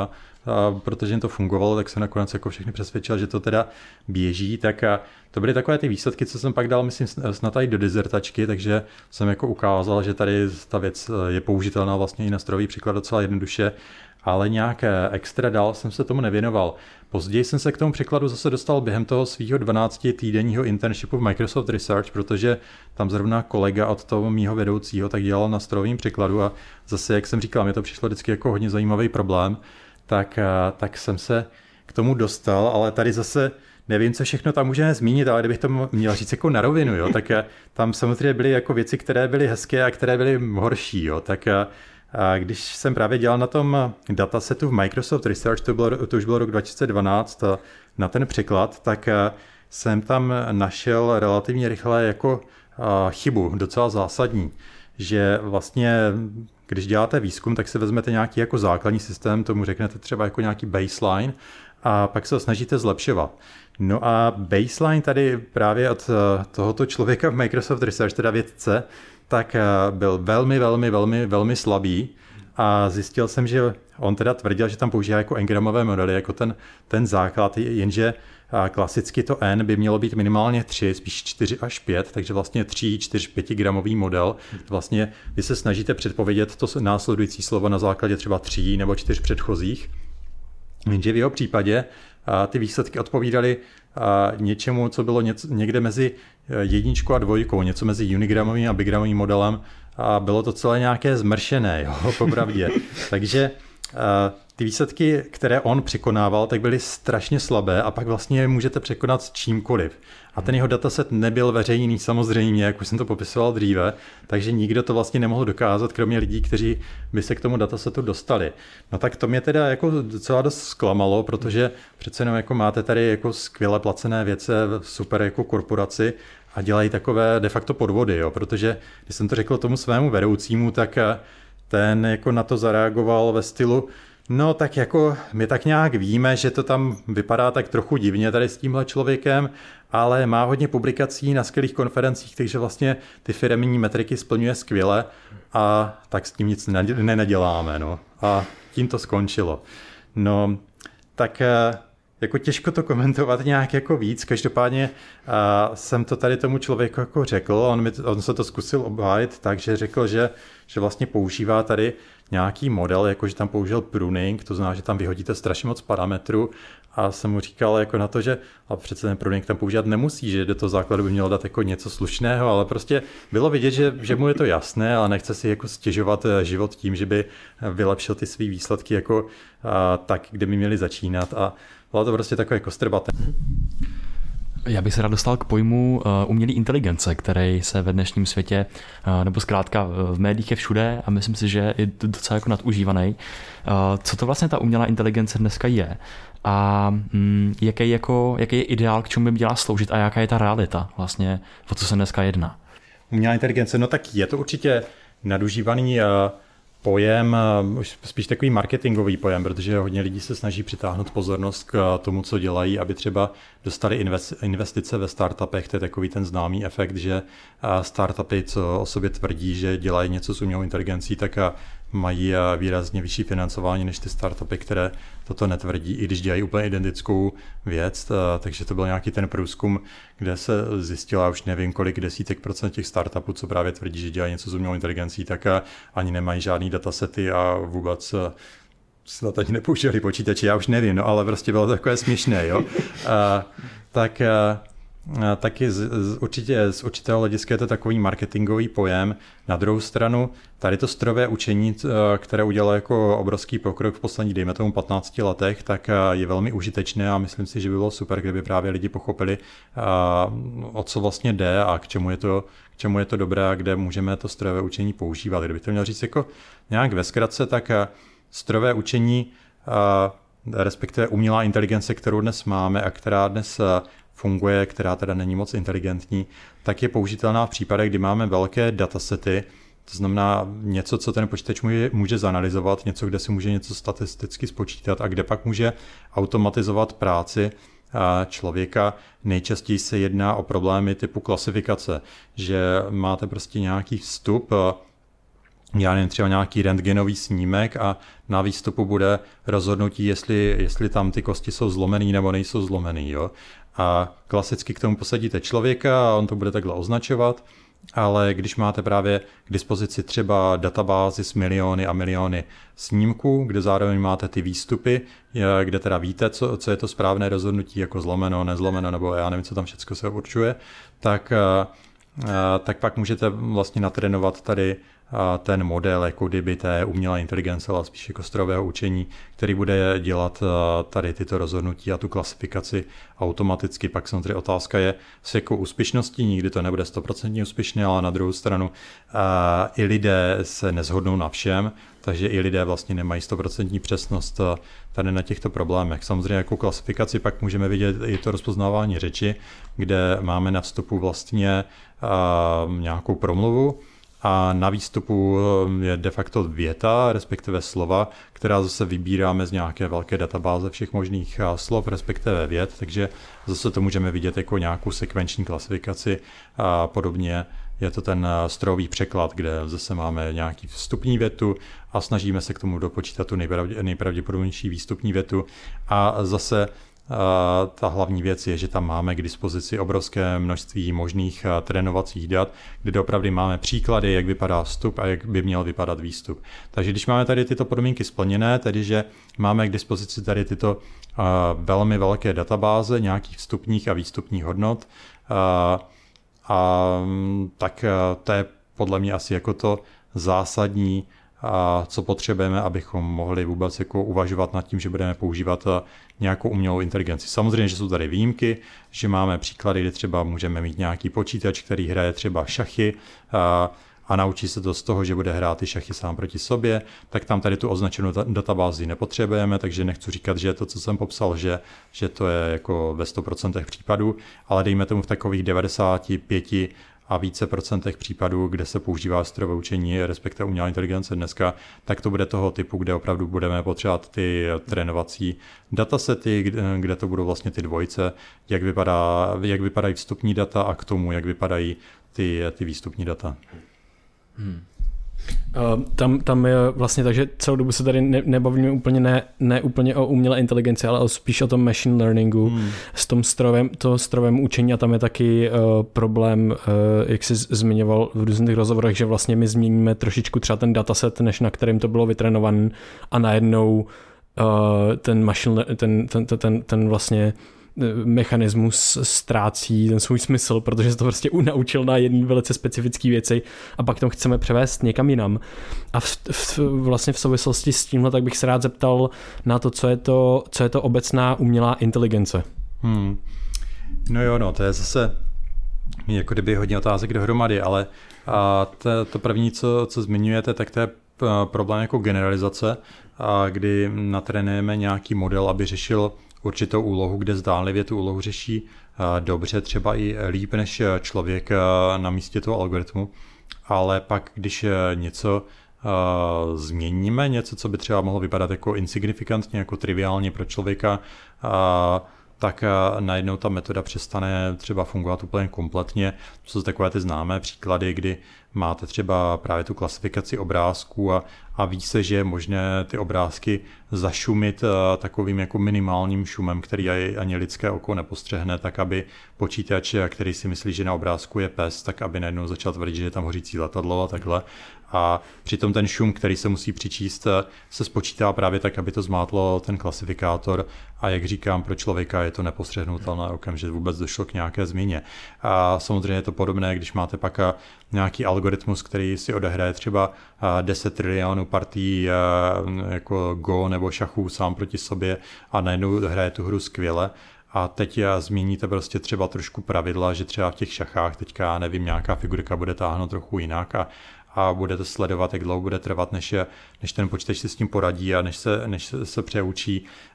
S2: protože jim to fungovalo, tak se nakonec jako všechny přesvědčil, že to teda běží, tak to byly takové ty výsledky, co jsem pak dal, myslím, snad i do dizertačky, takže jsem jako ukázal, že tady ta věc je použitelná vlastně i na strojový příklad docela jednoduše, ale nějak extra dál jsem se tomu nevěnoval. Později jsem se k tomu překladu zase dostal během toho svého 12týdenního internshipu v Microsoft Research, protože tam zrovna kolega od toho mýho vedoucího tak dělal na strojovém překladu a zase, jak jsem říkal, mě to přišlo vždycky jako hodně zajímavý problém, tak jsem se k tomu dostal, ale tady zase nevím, co všechno tam můžeme zmínit, ale kdybych to měl říct jako na rovinu, jo, tak tam samozřejmě byly jako věci, které byly hezké a které byly horší, jo, tak když jsem právě dělal na tom datasetu v Microsoft Research, to už bylo rok 2012, na ten překlad, tak jsem tam našel relativně rychle jako chybu, docela zásadní, že vlastně, když děláte výzkum, tak si vezmete nějaký jako základní systém, tomu řeknete třeba jako nějaký baseline a pak se ho snažíte zlepšovat. No a baseline tady právě od tohoto člověka v Microsoft Research, teda vědce, tak byl velmi slabý a zjistil jsem, že on teda tvrdil, že tam používá jako n-gramové modely, jako ten základ, jenže klasicky to n by mělo být minimálně 3, spíš 4 až 5, takže vlastně 3, 4, 5 gramový model. Vlastně vy se snažíte předpovědět to následující slovo na základě třeba 3 nebo 4 předchozích, jenže v jeho případě ty výsledky odpovídaly něčemu, co bylo někde mezi 1 a 2, něco mezi unigramovým a bigramovým modelem a bylo to celé nějaké zmršené, jo, popravdě. Takže ty výsledky, které on překonával, tak byly strašně slabé a pak vlastně můžete překonat s čímkoliv. A ten jeho dataset nebyl veřejný samozřejmě, jak už jsem to popisoval dříve, takže nikdo to vlastně nemohl dokázat, kromě lidí, kteří by se k tomu datasetu dostali. No tak to mě teda jako docela dost zklamalo, protože přece jenom jako máte tady jako skvěle placené věce, super jako korporaci a dělají takové de facto podvody, jo, protože když jsem to řekl tomu svému vedoucímu, tak ten jako na to zareagoval ve stylu, no tak jako my tak nějak víme, že to tam vypadá tak trochu divně tady s tímhle člověkem, ale má hodně publikací na skvělých konferencích, takže vlastně ty firemní metriky splňuje skvěle a tak s tím nic neděláme. No. A tím to skončilo. No, tak jako těžko to komentovat nějak jako víc, každopádně jsem to tady tomu člověku jako řekl, on se to zkusil obhájit, takže řekl, že vlastně používá tady nějaký model, jakože tam použil pruning, to znamená, že tam vyhodíte strašně moc parametrů a jsem mu říkal jako na to, že a přece ten pruning tam používat nemusí, že do toho základu by mělo dát jako něco slušného, ale prostě bylo vidět, že mu je to jasné, ale nechce si jako stěžovat život tím, že by vylepšil ty svý výsledky jako tak, kde by měli začínat a bylo to prostě takové kostrbaté.
S3: Já bych se rád dostal k pojmu umělé inteligence, který se ve dnešním světě, nebo zkrátka v médiích je všude a myslím si, že je docela jako nadužívaný. Co to vlastně ta umělá inteligence dneska je? A jaký je ideál, k čemu by měla sloužit a jaká je ta realita vlastně, o co se dneska jedná?
S2: Umělá inteligence, no tak je to určitě nadužívaný pojem, už spíš takový marketingový pojem, protože hodně lidí se snaží přitáhnout pozornost k tomu, co dělají, aby třeba dostali investice ve startupech. To je takový ten známý efekt, že startupy, co o sobě tvrdí, že dělají něco s umělou inteligencí, tak mají výrazně vyšší financování než ty startupy, které toto netvrdí, i když dělají úplně identickou věc. Takže to byl nějaký ten průzkum, kde se zjistilo, už nevím kolik desítek procent těch startupů, co právě tvrdí, že dělají něco s umělou inteligencí, tak ani nemají žádný datasety a vůbec snad ani nepoužívali počítače, já už nevím, no, ale prostě bylo takové směšné, jo. Taky určitě z určitého hlediska je to takový marketingový pojem. Na druhou stranu, tady to strojové učení, které udělalo jako obrovský pokrok v posledních, dejme tomu 15 letech, tak je velmi užitečné a myslím si, že by bylo super, kdyby právě lidi pochopili, o co vlastně jde a k čemu je to dobré a kde můžeme to strojové učení používat. Kdybych to měl říct jako nějak ve zkratce, tak strojové učení, respektive umělá inteligence, kterou dnes máme a která dnes funguje, která teda není moc inteligentní, tak je použitelná v případech, kdy máme velké datasety, to znamená něco, co ten počítač může zanalyzovat, něco, kde si může něco statisticky spočítat a kde pak může automatizovat práci člověka. Nejčastěji se jedná o problémy typu klasifikace, že máte prostě nějaký vstup, já nevím, třeba nějaký rentgenový snímek a na výstupu bude rozhodnutí, jestli tam ty kosti jsou zlomený nebo nejsou zlomený. Jo? A klasicky k tomu posadíte člověka a on to bude takhle označovat, ale když máte právě k dispozici třeba databázi s miliony a miliony snímků, kde zároveň máte ty výstupy, kde teda víte, co je to správné rozhodnutí, jako zlomeno, nezlomeno, nebo já nevím, co tam všechno se určuje, tak pak můžete vlastně natrénovat tady ten model jako kdyby té umělé inteligence, ale spíš jako strojového učení, který bude dělat tady tyto rozhodnutí a tu klasifikaci automaticky. Pak samozřejmě otázka je s jakou úspěšností, nikdy to nebude 100% úspěšné, ale na druhou stranu i lidé se neshodnou na všem, takže i lidé vlastně nemají 100% přesnost tady na těchto problémech. Samozřejmě jako klasifikaci pak můžeme vidět i to rozpoznávání řeči, kde máme na vstupu vlastně nějakou promluvu, a na výstupu je de facto věta, respektive slova, která zase vybíráme z nějaké velké databáze všech možných slov, respektive vět, takže zase to můžeme vidět jako nějakou sekvenční klasifikaci a podobně. Je to ten strojový překlad, kde zase máme nějaký vstupní větu a snažíme se k tomu dopočítat tu nejpravděpodobnější výstupní větu a zase ta hlavní věc je, že tam máme k dispozici obrovské množství možných trénovacích dat, kde opravdu máme příklady, jak vypadá vstup a jak by měl vypadat výstup. Takže když máme tady tyto podmínky splněné, tedy že máme k dispozici tady tyto velmi velké databáze nějakých vstupních a výstupních hodnot, tak to je podle mě asi jako to zásadní, co potřebujeme, abychom mohli vůbec jako uvažovat nad tím, že budeme používat nějakou umělou inteligenci. Samozřejmě, že jsou tady výjimky, že máme příklady, kde třeba můžeme mít nějaký počítač, který hraje třeba šachy a naučí se to z toho, že bude hrát ty šachy sám proti sobě, tak tam tady tu označenou databázi nepotřebujeme, takže nechci říkat, že to, co jsem popsal, že to je jako ve 100% případů, ale dejme tomu v takových 95 a více procentech případů, kde se používá strojové učení, respektive umělá inteligence dneska, tak to bude toho typu, kde opravdu budeme potřebovat ty datasety, kde to budou vlastně ty dvojice, jak vypadají vstupní data a k tomu, jak vypadají ty výstupní data.
S1: Tam je vlastně tak, že celou dobu se tady nebavíme úplně ne úplně o umělé inteligenci, ale spíš o tom machine learningu s tom strojovém učení a tam je taky problém, jak jsi zmiňoval v různých rozhovorech, že vlastně my změníme trošičku třeba ten dataset, než na kterým to bylo vytrénované a najednou ten vlastně mechanismus ztrácí ten svůj smysl, protože se to prostě naučil na jedné velice specifické věci a pak to chceme převést někam jinam. A vlastně v souvislosti s tímhle tak bych se rád zeptal na to, co je to obecná umělá inteligence.
S2: No, to je zase jako kdyby hodně otázek dohromady, ale to první, co zmiňujete, tak to je problém jako generalizace, kdy natrénujeme nějaký model, aby řešil určitou úlohu, kde zdánlivě tu úlohu řeší dobře, třeba i líp než člověk na místě toho algoritmu, ale pak, když něco změníme, něco, co by třeba mohlo vypadat jako insignifikantně, jako triviálně pro člověka, tak najednou ta metoda přestane třeba fungovat úplně kompletně. To jsou takové ty známé příklady, kdy máte třeba právě tu klasifikaci obrázků a ví se, že je možné ty obrázky zašumit takovým jako minimálním šumem, který ani lidské oko nepostřehne, tak aby počítač, který si myslí, že na obrázku je pes, tak aby najednou začal tvrdit, že je tam hořící letadlo a takhle. A přitom ten šum, který se musí přičíst, se spočítá právě tak, aby to zmátlo ten klasifikátor a jak říkám, pro člověka je to nepostřehnutelné okamžitě, vůbec došlo k nějaké změně. A samozřejmě je to podobné, když máte pak nějaký algoritmus, který si odehraje třeba 10 trilionů partií jako Go nebo šachů sám proti sobě a najednou hraje tu hru skvěle. A teď změníte prostě třeba trošku pravidla, že třeba v těch šachách teďka, nevím, nějaká figurka bude táhnout trochu jinak a budete sledovat, jak dlouho bude trvat, než ten počítač si s tím poradí a než se přeučí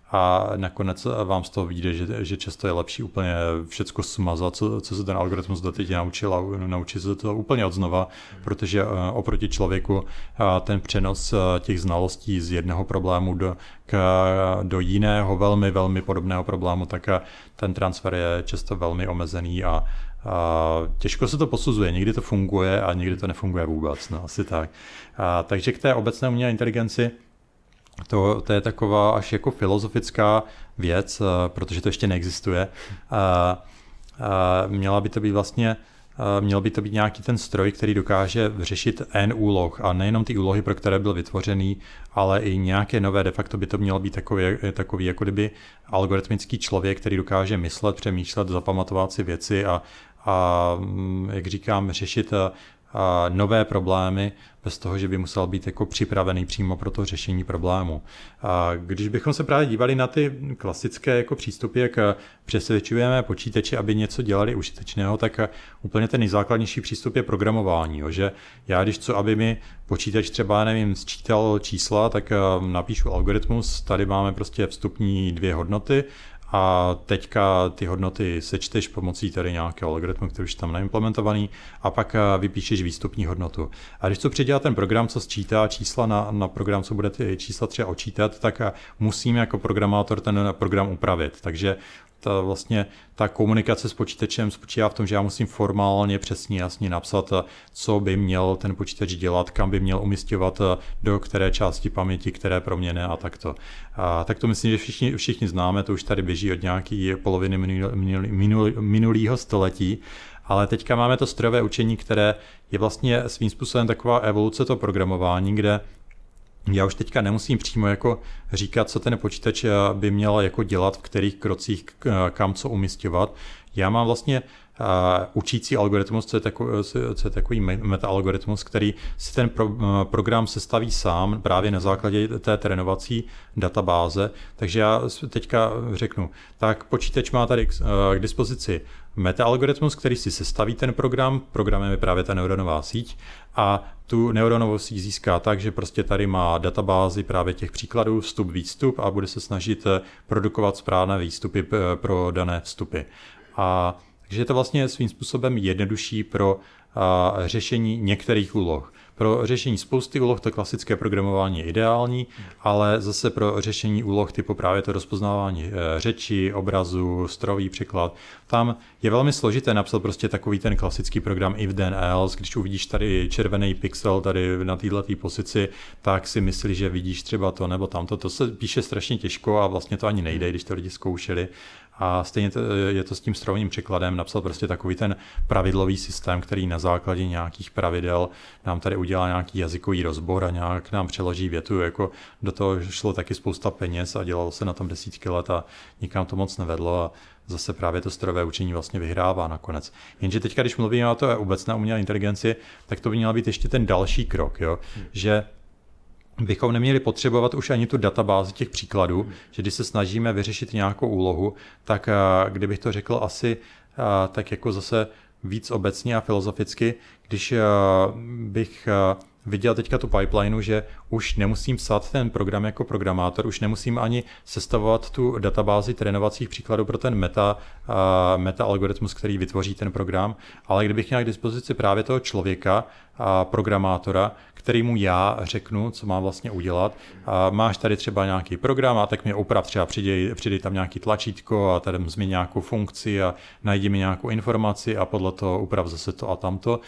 S2: a nakonec vám z toho vyjde, že často je lepší úplně všecko smazat, co se ten algoritmus doteď naučil a naučit se to úplně odznova, protože oproti člověku ten přenos těch znalostí z jednoho problému do jiného velmi, velmi podobného problému, tak ten transfer je často velmi omezený a těžko se to posuzuje, někdy to funguje a někdy to nefunguje vůbec, no asi tak. Takže k té obecné umělé inteligenci, to je taková až jako filozofická věc, protože to ještě neexistuje. Měl by to být nějaký ten stroj, který dokáže řešit n úloh a nejenom ty úlohy, pro které byl vytvořený, ale i nějaké nové. De facto by to mělo být takový jako kdyby algoritmický člověk, který dokáže myslet, přemýšlet, zapamatovat si věci a jak říkám, řešit nové problémy bez toho, že by musel být jako připravený přímo pro to řešení problému. Když bychom se právě dívali na ty klasické jako přístupy, jak přesvědčujeme počítače, aby něco dělali užitečného, tak úplně ten nejzákladnější přístup je programování. Jo? Že já když chci, aby mi počítač třeba, nevím, sčítal čísla, tak napíšu algoritmus, tady máme prostě vstupní 2 hodnoty, a teďka ty hodnoty sečteš pomocí tady nějakého algoritmu, který už tam naimplementovaný, a pak vypíšeš výstupní hodnotu. A když to předělá ten program, co sčítá čísla na program, co bude ty čísla třeba odčítat, tak musím jako programátor ten program upravit. Takže ta komunikace s počítačem spočívá v tom, že já musím formálně přesně jasně napsat, co by měl ten počítač dělat, kam by měl umisťovat, do které části paměti, které proměny a takto. Tak to myslím, že všichni známe, to už tady běží od nějaké poloviny minulého století. Ale teďka máme to strojové učení, které je vlastně svým způsobem taková evoluce toho programování, kde já už teďka nemusím přímo jako říkat, co ten počítač by měl jako dělat, v kterých krocích, kam co umisťovat. Já mám vlastně učící algoritmus, co je takový meta-algoritmus, který si ten program sestaví sám právě na základě té trénovací databáze. Takže já teďka řeknu, tak počítač má tady k dispozici meta-algoritmus, který si sestaví ten program, programem je právě ta neuronová síť a tu neuronovou síť získá tak, že prostě tady má databázi právě těch příkladů, vstup, výstup a bude se snažit produkovat správné výstupy pro dané vstupy. Takže je to vlastně svým způsobem jednodušší pro řešení některých úloh. Pro řešení spousty úloh to klasické programování je ideální, ale zase pro řešení úloh typu právě to rozpoznávání řeči, obrazu, strojový překlad, tam je velmi složité napsat prostě takový ten klasický program if then else. Když uvidíš tady červený pixel tady na této pozici, tak si myslíš, že vidíš třeba to nebo tamto. To se píše strašně těžko a vlastně to ani nejde, když to lidi zkoušeli. A stejně je to s tím strojovým překladem, napsat prostě takový ten pravidlový systém, který na základě nějakých pravidel nám tady udělá nějaký jazykový rozbor a nějak nám přeloží větu. Jako do toho šlo taky spousta peněz a dělalo se na tom desítky let a nikam to moc nevedlo a zase právě to strojové učení vlastně vyhrává nakonec. Jenže teďka, když mluvíme o to obecné umělé inteligenci, tak to by měl být ještě ten další krok, jo? Že bychom neměli potřebovat už ani tu databázi těch příkladů, že když se snažíme vyřešit nějakou úlohu, tak kdybych to řekl asi tak jako zase víc obecně a filozoficky, když bych viděl teďka tu pipelineu, že už nemusím psát ten program jako programátor, už nemusím ani sestavovat tu databázi trénovacích příkladů pro ten meta-algoritmus, který vytvoří ten program, ale kdybych měl k dispozici právě toho člověka, programátora, kterýmu já řeknu, co mám vlastně udělat. Máš tady třeba nějaký program a tak mě uprav, třeba přidej tam nějaký tlačítko a tady změň nějakou funkci a najdi mi nějakou informaci a podle toho uprav zase to a tamto.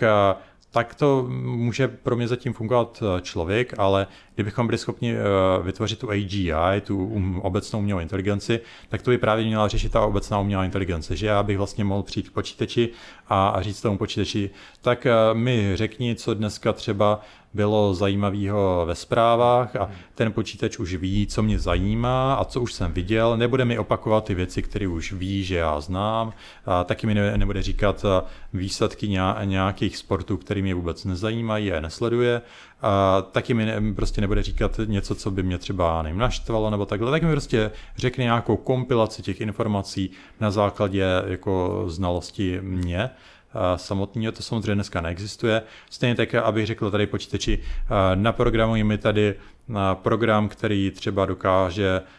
S2: Tak to může pro mě zatím fungovat člověk, ale kdybychom byli schopni vytvořit tu AGI, tu obecnou umělou inteligenci, tak to by právě měla řešit ta obecná umělá inteligence, že já bych vlastně mohl přijít k počítači a říct tomu počítači, tak mi řekni, co dneska třeba bylo zajímavého ve zprávách a ten počítač už ví, co mě zajímá a co už jsem viděl, nebude mi opakovat ty věci, které už ví, že já znám, a taky mi nebude říkat výsledky nějakých sportů, které mě vůbec nezajímají a nesleduje, a taky mi prostě nebude říkat něco, co by mě třeba naštvalo nebo takhle, tak mi prostě řekne nějakou kompilaci těch informací na základě jako znalosti mě. Samotného to samozřejmě dneska neexistuje. Stejně tak, abych řekl tady počítači, naprogramuji mi tady program, který třeba dokáže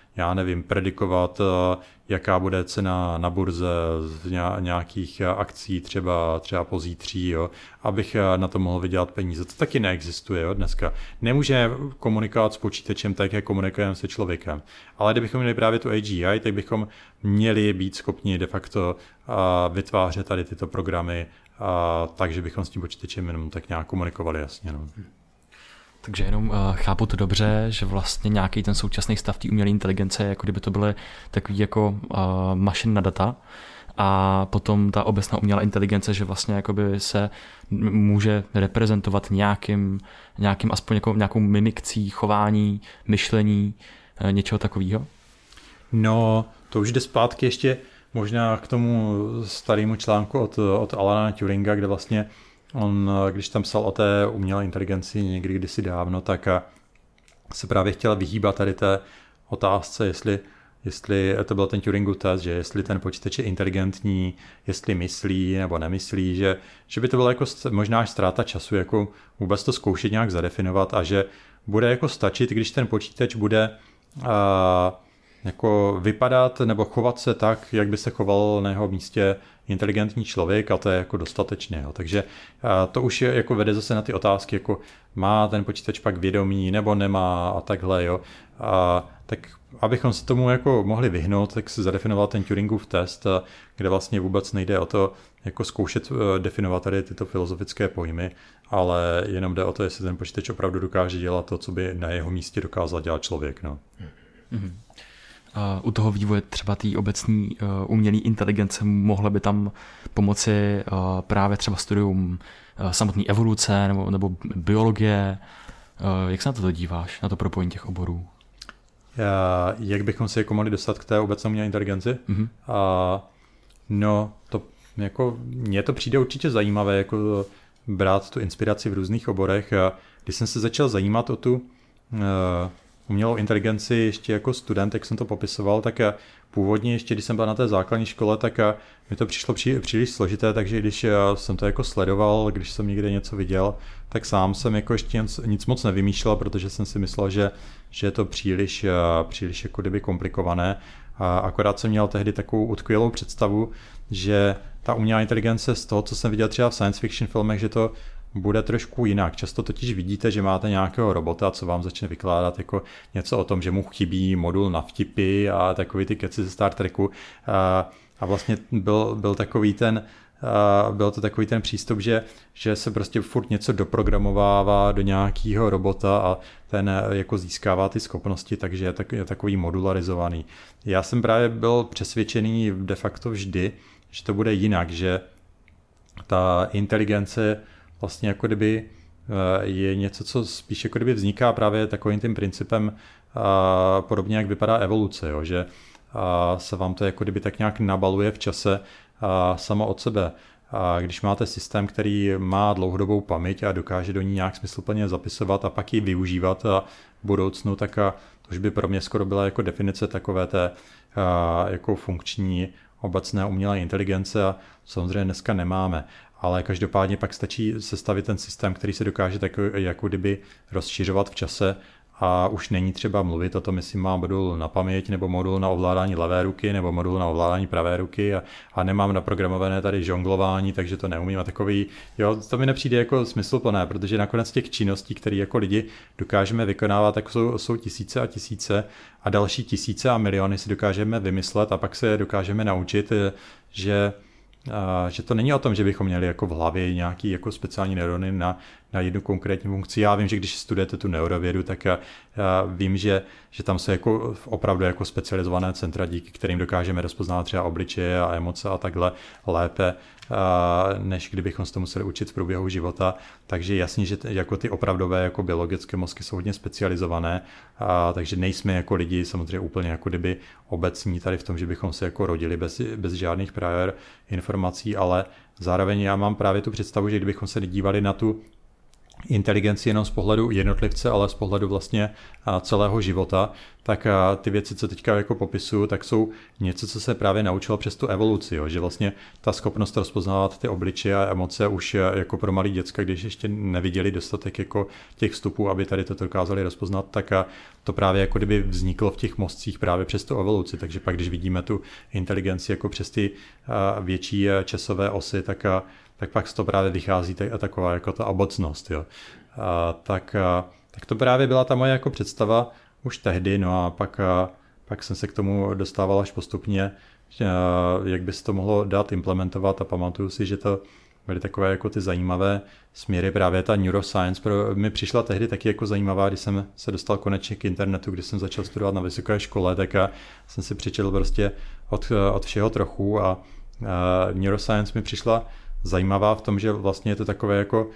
S2: já nevím, predikovat, jaká bude cena na burze z nějakých akcí třeba pozítří, jo, abych na to mohl vydělat peníze. To taky neexistuje, jo, dneska. Nemůže komunikovat s počítačem tak, jak komunikujeme se člověkem. Ale kdybychom měli právě tu AGI, tak bychom měli být schopni de facto vytvářet tady tyto programy, takže bychom s tím počítačem jenom tak nějak komunikovali, jasně. No.
S3: Takže jenom chápu to dobře, že vlastně nějaký ten současný stav té umělé inteligence, jako kdyby to byly takový jako mašiny na data, a potom ta obecná umělá inteligence, že vlastně jakoby se může reprezentovat nějakým aspoň nějakou mimikcí, chování, myšlení, něčeho takového?
S2: No, to už jde zpátky ještě možná k tomu starému článku od Alana Turinga, kde vlastně on, když tam psal o té umělé inteligenci někdy kdysi dávno, tak se právě chtěl vyhýbat tady té otázce, jestli to byl ten Turingův test, že jestli ten počítač je inteligentní, jestli myslí nebo nemyslí, že by to bylo jako možná až ztráta času, jako vůbec to zkoušet nějak zadefinovat a že bude jako stačit, když ten počítač bude jako vypadat nebo chovat se tak, jak by se choval na jeho místě inteligentní člověk, a to je jako dostatečné. Jo. Takže to už je, jako vede zase na ty otázky, jako má ten počítač pak vědomí nebo nemá a takhle. Jo. Tak abychom se tomu jako mohli vyhnout, tak se zadefinoval ten Turingův test, kde vlastně vůbec nejde o to jako zkoušet definovat tady tyto filozofické pojmy, ale jenom jde o to, jestli ten počítač opravdu dokáže dělat to, co by na jeho místě dokázal dělat člověk. No.
S3: Mm-hmm. U toho vývoje třeba té obecné umělé inteligence mohla by tam pomoci právě třeba studium samotné evoluce nebo biologie. Jak se na to díváš, na to propojení těch oborů?
S2: Jak bychom se jako mohli dostat k té obecné umělé inteligenci? Mm-hmm. No, to jako mně to přijde určitě zajímavé, jako brát tu inspiraci v různých oborech. Když jsem se začal zajímat o tu umělou inteligenci ještě jako student, jak jsem to popisoval, tak původně ještě, když jsem byl na té základní škole, tak mi to přišlo příliš složité, takže když jsem to jako sledoval, když jsem někde něco viděl, tak sám jsem jako ještě nic moc nevymýšlel, protože jsem si myslel, že je to příliš jako kdyby komplikované. Akorát jsem měl tehdy takovou utkvělou představu, že ta umělá inteligence z toho, co jsem viděl třeba v science fiction filmech, že to bude trošku jinak. Často totiž vidíte, že máte nějakého robota, co vám začne vykládat jako něco o tom, že mu chybí modul na vtipy a takový ty keci ze Star Treku. A vlastně byl to takový ten přístup, že se prostě furt něco doprogramovává do nějakého robota a ten jako získává ty schopnosti, takže je takový modularizovaný. Já jsem právě byl přesvědčený de facto vždy, že to bude jinak, že ta inteligence vlastně jako kdyby je něco, co spíš jako kdyby vzniká právě takovým tím principem, podobně jak vypadá evoluce, jo? Že se vám to jako kdyby tak nějak nabaluje v čase samo od sebe. Když máte systém, který má dlouhodobou paměť a dokáže do ní nějak smysluplně zapisovat a pak ji využívat v budoucnu, tak to už by pro mě skoro byla jako definice takové té jako funkční obecné umělé inteligence a samozřejmě dneska nemáme. Ale každopádně pak stačí sestavit ten systém, který se dokáže tak jako kdyby rozšiřovat v čase a už není třeba mluvit o tom, jestli má modul na paměť nebo modul na ovládání levé ruky nebo modul na ovládání pravé ruky a nemám naprogramované tady žonglování, takže to neumím a takový, jo, to mi nepřijde jako smysluplné, protože nakonec těch činností, které jako lidi dokážeme vykonávat, tak jsou tisíce a tisíce a další tisíce a miliony si dokážeme vymyslet a pak se dokážeme naučit, že to není o tom, že bychom měli jako v hlavě nějaký jako speciální neurony na jednu konkrétní funkci. Já vím, že když studujete tu neurovědu, tak já vím, že tam jsou jako opravdu jako specializované centra, díky kterým dokážeme rozpoznávat třeba obličeje a emoce a takhle lépe, než kdybychom se to museli učit v průběhu života. Takže jasně, že jako ty opravdové jako biologické mozky jsou hodně specializované, takže nejsme jako lidi samozřejmě úplně jako kdyby obecní tady v tom, že bychom se jako rodili bez žádných prior informací, ale zároveň já mám právě tu představu, že kdybychom se dívali na tu inteligenci jenom z pohledu jednotlivce, ale z pohledu vlastně celého života, tak ty věci, co teďka jako popisuju, tak jsou něco, co se právě naučilo přes tu evoluci, jo? Že vlastně ta schopnost rozpoznávat ty obličeje a emoce už jako pro malý děcka, když ještě neviděli dostatek jako těch vstupů, aby tady to dokázali rozpoznat, tak to právě jako kdyby vzniklo v těch mozcích právě přes tu evoluci, takže pak, když vidíme tu inteligenci jako přes ty větší časové osy, tak pak z toho právě vychází taková jako ta obecnost. Jo. Tak to právě byla ta moje jako představa už tehdy, no a pak jsem se k tomu dostával až postupně, jak by se to mohlo dát implementovat a pamatuju si, že to byly takové jako ty zajímavé směry, právě ta neuroscience mi přišla tehdy taky jako zajímavá, když jsem se dostal konečně k internetu, když jsem začal studovat na vysoké škole, tak jsem si přečetl prostě od všeho trochu a neuroscience mi přišla zajímavá v tom, že vlastně je to takové jako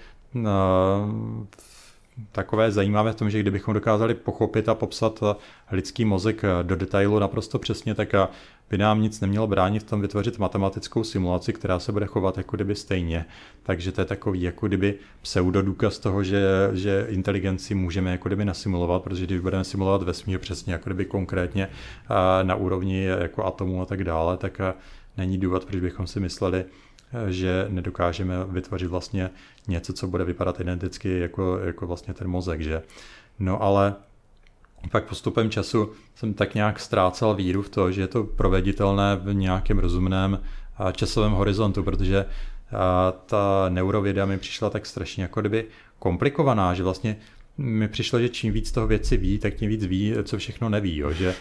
S2: takové zajímavé v tom, že kdybychom dokázali pochopit a popsat lidský mozek do detailu naprosto přesně, tak by nám nic nemělo bránit v tom vytvořit matematickou simulaci, která se bude chovat jako kdyby stejně. Takže to je takový jako kdyby pseudodůkaz toho, že inteligenci můžeme jako kdyby nasimulovat, protože když budeme simulovat vesmír přesně jako kdyby konkrétně na úrovni jako atomů a tak dále, tak není důvod, proč bychom si mysleli, že nedokážeme vytvořit vlastně něco, co bude vypadat identicky jako vlastně ten mozek, že? No ale pak postupem času jsem tak nějak ztrácel víru v to, že je to proveditelné v nějakém rozumném časovém horizontu, protože ta neurověda mi přišla tak strašně jako kdyby komplikovaná, že vlastně mi přišlo, že čím víc toho věci ví, tak tím víc ví, co všechno neví, jo? Že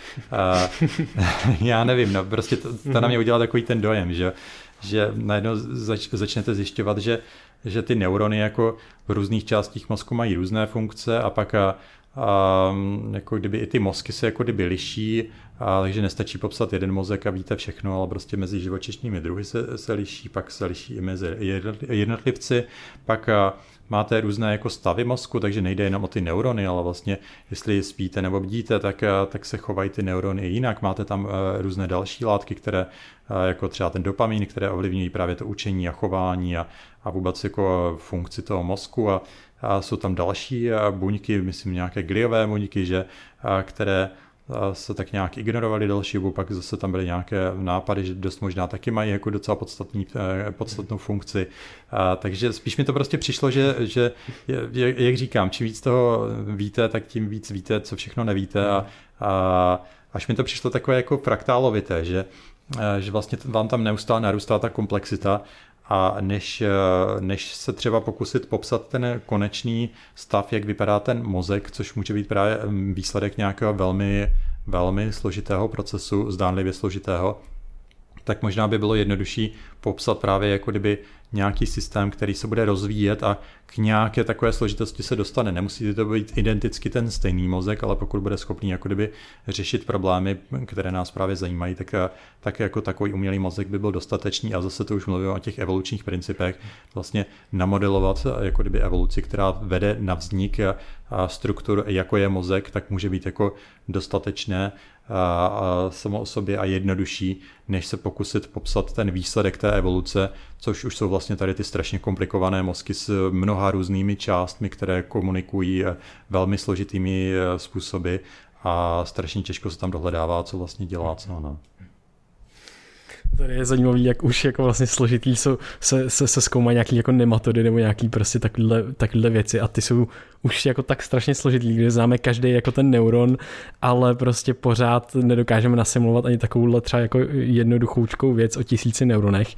S2: já nevím, no prostě to na mě udělal takový ten dojem, že najednou začnete zjišťovat, že ty neurony jako v různých částích mozku mají různé funkce a pak jako kdyby i ty mozky se jako kdyby liší, takže nestačí popsat jeden mozek a víte všechno, ale prostě mezi živočišnými druhy se liší, pak se liší i mezi jednotlivci, pak máte různé jako stavy mozku, takže nejde jenom o ty neurony, ale vlastně jestli spíte nebo bdíte, tak se chovají ty neurony jinak. Máte tam různé další látky, které jako třeba ten dopamin, které ovlivňují právě to učení a chování a vůbec jako funkci toho mozku a jsou tam další buňky, myslím nějaké gliové buňky, které se tak nějak ignorovali další dobu, pak zase tam byly nějaké nápady, že dost možná taky mají jako docela podstatnou funkci. Takže spíš mi to prostě přišlo, že jak říkám, čím víc toho víte, tak tím víc víte, co všechno nevíte a až mi to přišlo takové jako fraktálovité, že vlastně vám tam neustále narůstá ta komplexita a než se třeba pokusit popsat ten konečný stav, jak vypadá ten mozek, což může být právě výsledek nějakého velmi, velmi složitého procesu, zdánlivě složitého, tak možná by bylo jednodušší popsat právě jako kdyby nějaký systém, který se bude rozvíjet a k nějaké takové složitosti se dostane. Nemusí to být identicky ten stejný mozek, ale pokud bude schopný jako kdyby řešit problémy, které nás právě zajímají, tak jako takový umělý mozek by byl dostatečný a zase to už mluvím o těch evolučních principech, vlastně namodelovat jako kdyby evoluci, která vede na vznik struktur, jako je mozek, tak může být jako dostatečné samo o sobě a jednodušší, než se pokusit popsat ten výsledek té evoluce, což už jsou vlastně tady ty strašně komplikované mozky s mnoha různými částmi, které komunikují velmi složitými způsoby a strašně těžko se tam dohledává, co vlastně dělá, co no.
S1: Tady je zajímavý, jak už jako vlastně složitý se zkoumají nějaký jako nematody nebo nějaký prostě takovýhle věci a ty jsou už jako tak strašně složitý, kde známe každý jako ten neuron, ale prostě pořád nedokážeme nasimulovat ani takovouhle třeba jako jednoduchoučkou věc o 1000 neuronech.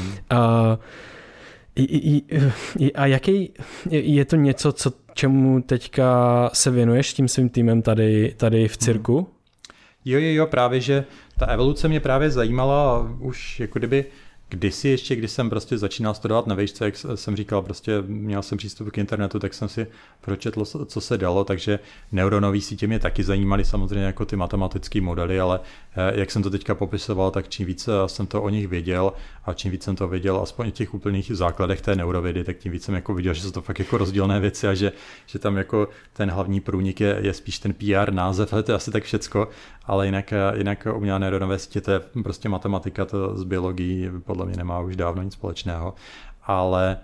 S1: A jaký je to něco, čemu teďka se věnuješ tím svým týmem tady v cirku?
S2: Jo, právě, že ta evoluce mě právě zajímala už jako kdyby kdysi ještě, když jsem prostě začínal studovat na výšce, jak jsem říkal, prostě měl jsem přístup k internetu, tak jsem si pročetl, co se dalo, takže neuronové sítě mě taky zajímaly samozřejmě jako ty matematické modely, ale jak jsem to teďka popisoval, tak čím víc jsem to o nich věděl a čím víc jsem to věděl aspoň v těch úplných základech té neurovědy, tak tím víc jsem jako viděl, že jsou to fakt jako rozdílné věci a že tam jako ten hlavní průnik je spíš ten PR název, ale to je asi tak všecko, ale jinak umělé neuronové sítě, to je prostě matematika, to s biologií podle mě nemá už dávno nic společného, ale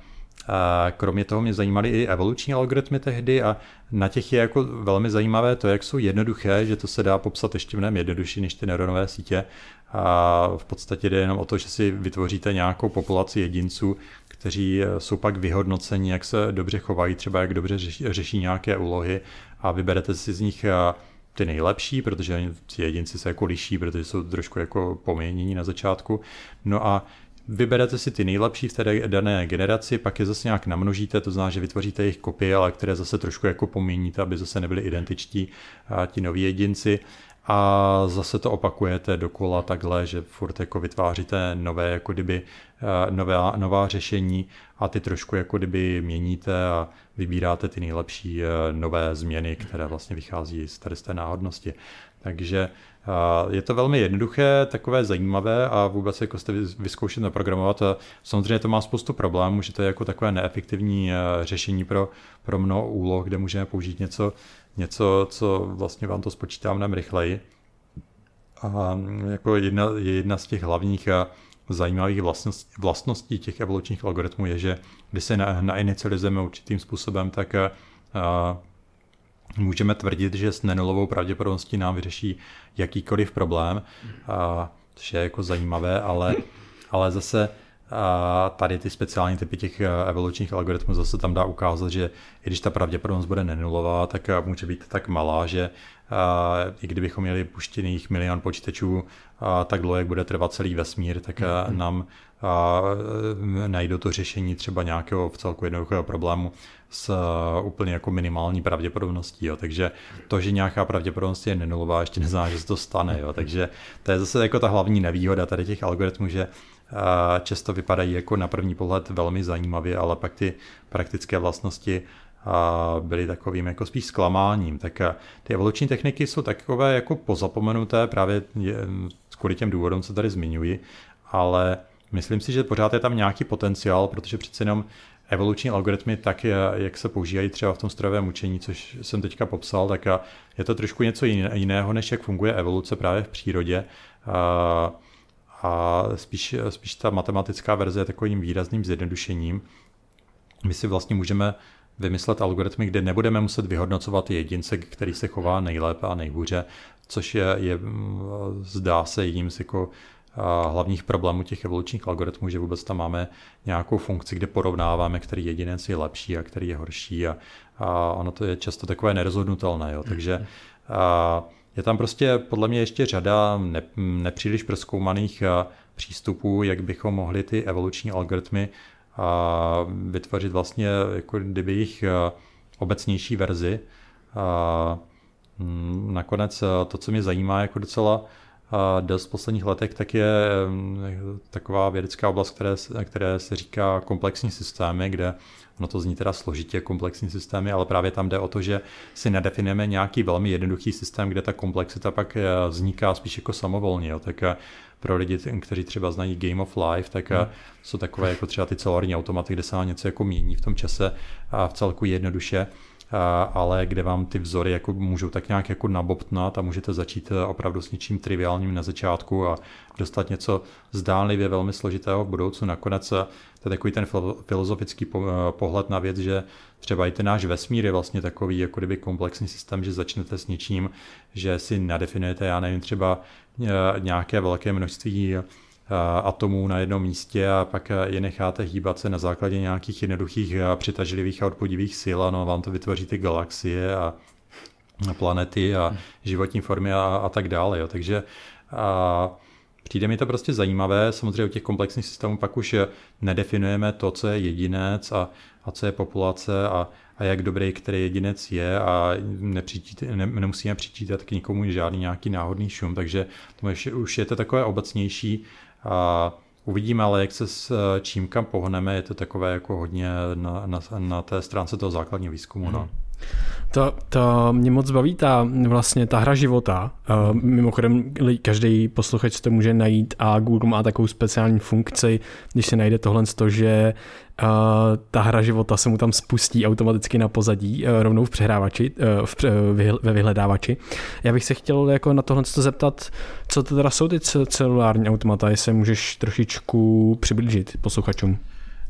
S2: Kromě toho mě zajímaly i evoluční algoritmy tehdy a na těch je jako velmi zajímavé to, jak jsou jednoduché, že to se dá popsat ještě mnohem jednodušší než ty neuronové sítě. A v podstatě jde jenom o to, že si vytvoříte nějakou populaci jedinců, kteří jsou pak vyhodnoceni, jak se dobře chovají, třeba jak dobře řeší nějaké úlohy a vyberete si z nich ty nejlepší, protože ti jedinci se jako liší, protože jsou trošku jako poměnění na začátku. No a vyberete si ty nejlepší v té dané generaci, pak je zase nějak namnožíte, to znamená, že vytvoříte jejich kopie, ale které zase trošku jako poměníte, aby zase nebyli identičtí ti noví jedinci. A zase to opakujete dokola takhle, že furt jako vytváříte nové, jako kdyby nová řešení a ty trošku jako kdyby měníte a vybíráte ty nejlepší nové změny, které vlastně vychází z té náhodnosti. Takže je to velmi jednoduché, takové zajímavé a vůbec jako jste vyzkoušet naprogramovat. Samozřejmě to má spoustu problémů, že to je jako takové neefektivní řešení pro mnoho úloh, kde můžeme použít něco, co vlastně vám to spočítá mnohem rychleji. A jako jedna z těch hlavních zajímavých vlastností těch evolučních algoritmů je, že když se nainicializujeme určitým způsobem, tak můžeme tvrdit, že s nenulovou pravděpodobností nám vyřeší jakýkoliv problém, což je jako zajímavé, ale zase tady ty speciální typy těch evolučních algoritmů zase tam dá ukázat, že i když ta pravděpodobnost bude nenulová, tak může být tak malá, že i kdybychom měli puštěných milion počítačů tak dlouho, jak bude trvat celý vesmír, tak nám najdou to řešení třeba nějakého vcelku jednoduchého problému s úplně jako minimální pravděpodobností. Jo. Takže to, že nějaká pravděpodobnost je nenulová, ještě neznamená, že se to stane. Jo. Takže to je zase jako ta hlavní nevýhoda tady těch algoritmů, že často vypadají jako na první pohled velmi zajímavě, ale pak ty praktické vlastnosti byly takovým jako spíš zklamáním. Tak ty evoluční techniky jsou takové jako pozapomenuté právě kvůli těm důvodům, co tady zmiňuji, ale myslím si, že pořád je tam nějaký potenciál, protože přece jenom evoluční algoritmy, tak jak se používají třeba v tom strojovém učení, což jsem teďka popsal, tak je to trošku něco jiného, než jak funguje evoluce právě v přírodě. A spíš ta matematická verze je takovým výrazným zjednodušením. My si vlastně můžeme vymyslet algoritmy, kde nebudeme muset vyhodnocovat jedince, který se chová nejlépe a nejhůře, což je zdá se jedním z jako hlavních problémů těch evolučních algoritmů, že vůbec tam máme nějakou funkci, kde porovnáváme, který jedinec je lepší a který je horší a ono to je často takové nerozhodnutelné. Jo. Takže je tam prostě podle mě ještě řada nepříliš prozkoumaných přístupů, jak bychom mohli ty evoluční algoritmy vytvořit vlastně jako kdyby jich obecnější verzi. Nakonec to, co mě zajímá jako docela dost v posledních letech, tak je taková vědecká oblast, které se říká komplexní systémy, kde ono to zní teda složitě komplexní systémy, ale právě tam jde o to, že si nadefinujeme nějaký velmi jednoduchý systém, kde ta komplexita pak vzniká spíš jako samovolně. Jo. Tak pro lidi, kteří třeba znají Game of Life, tak jsou takové jako třeba ty celorní automaty, kde se vám něco jako mění v tom čase a v celku jednoduše, ale kde vám ty vzory jako můžou tak nějak jako nabobtnat a můžete začít opravdu s něčím triviálním na začátku a dostat něco zdánlivě velmi složitého v budoucnu. Nakonec to je takový ten filozofický pohled na věc, že třeba i ten náš vesmír je vlastně takový jako kdyby komplexní systém, že začnete s něčím, že si nadefinujete, já nevím, třeba nějaké velké množství atomů na jednom místě a pak je necháte hýbat se na základě nějakých jednoduchých přitažlivých a odpudivých sil a no, vám to vytvoří ty galaxie a planety a životní formy a tak dále. Jo. Takže přijde mi to prostě zajímavé. Samozřejmě u těch komplexních systémů pak už nedefinujeme to, co je jedinec a co je populace a jak dobrý který jedinec je a nemusíme přičítat k nikomu žádný nějaký náhodný šum, takže to už je to takové obecnější. Uvidíme, ale jak se s čím kam pohneme, je to takové jako hodně na té stránce toho základního výzkumu. No.
S1: To mě moc baví vlastně ta hra života. Mimochodem každý posluchač to může najít a Google má takovou speciální funkci, když se najde tohle, že ta hra života se mu tam spustí automaticky na pozadí, rovnou v přehrávači, ve vyhledávači. Já bych se chtěl jako na tohle zeptat, co to teda jsou ty celulární automata, jestli můžeš trošičku přiblížit posluchačům.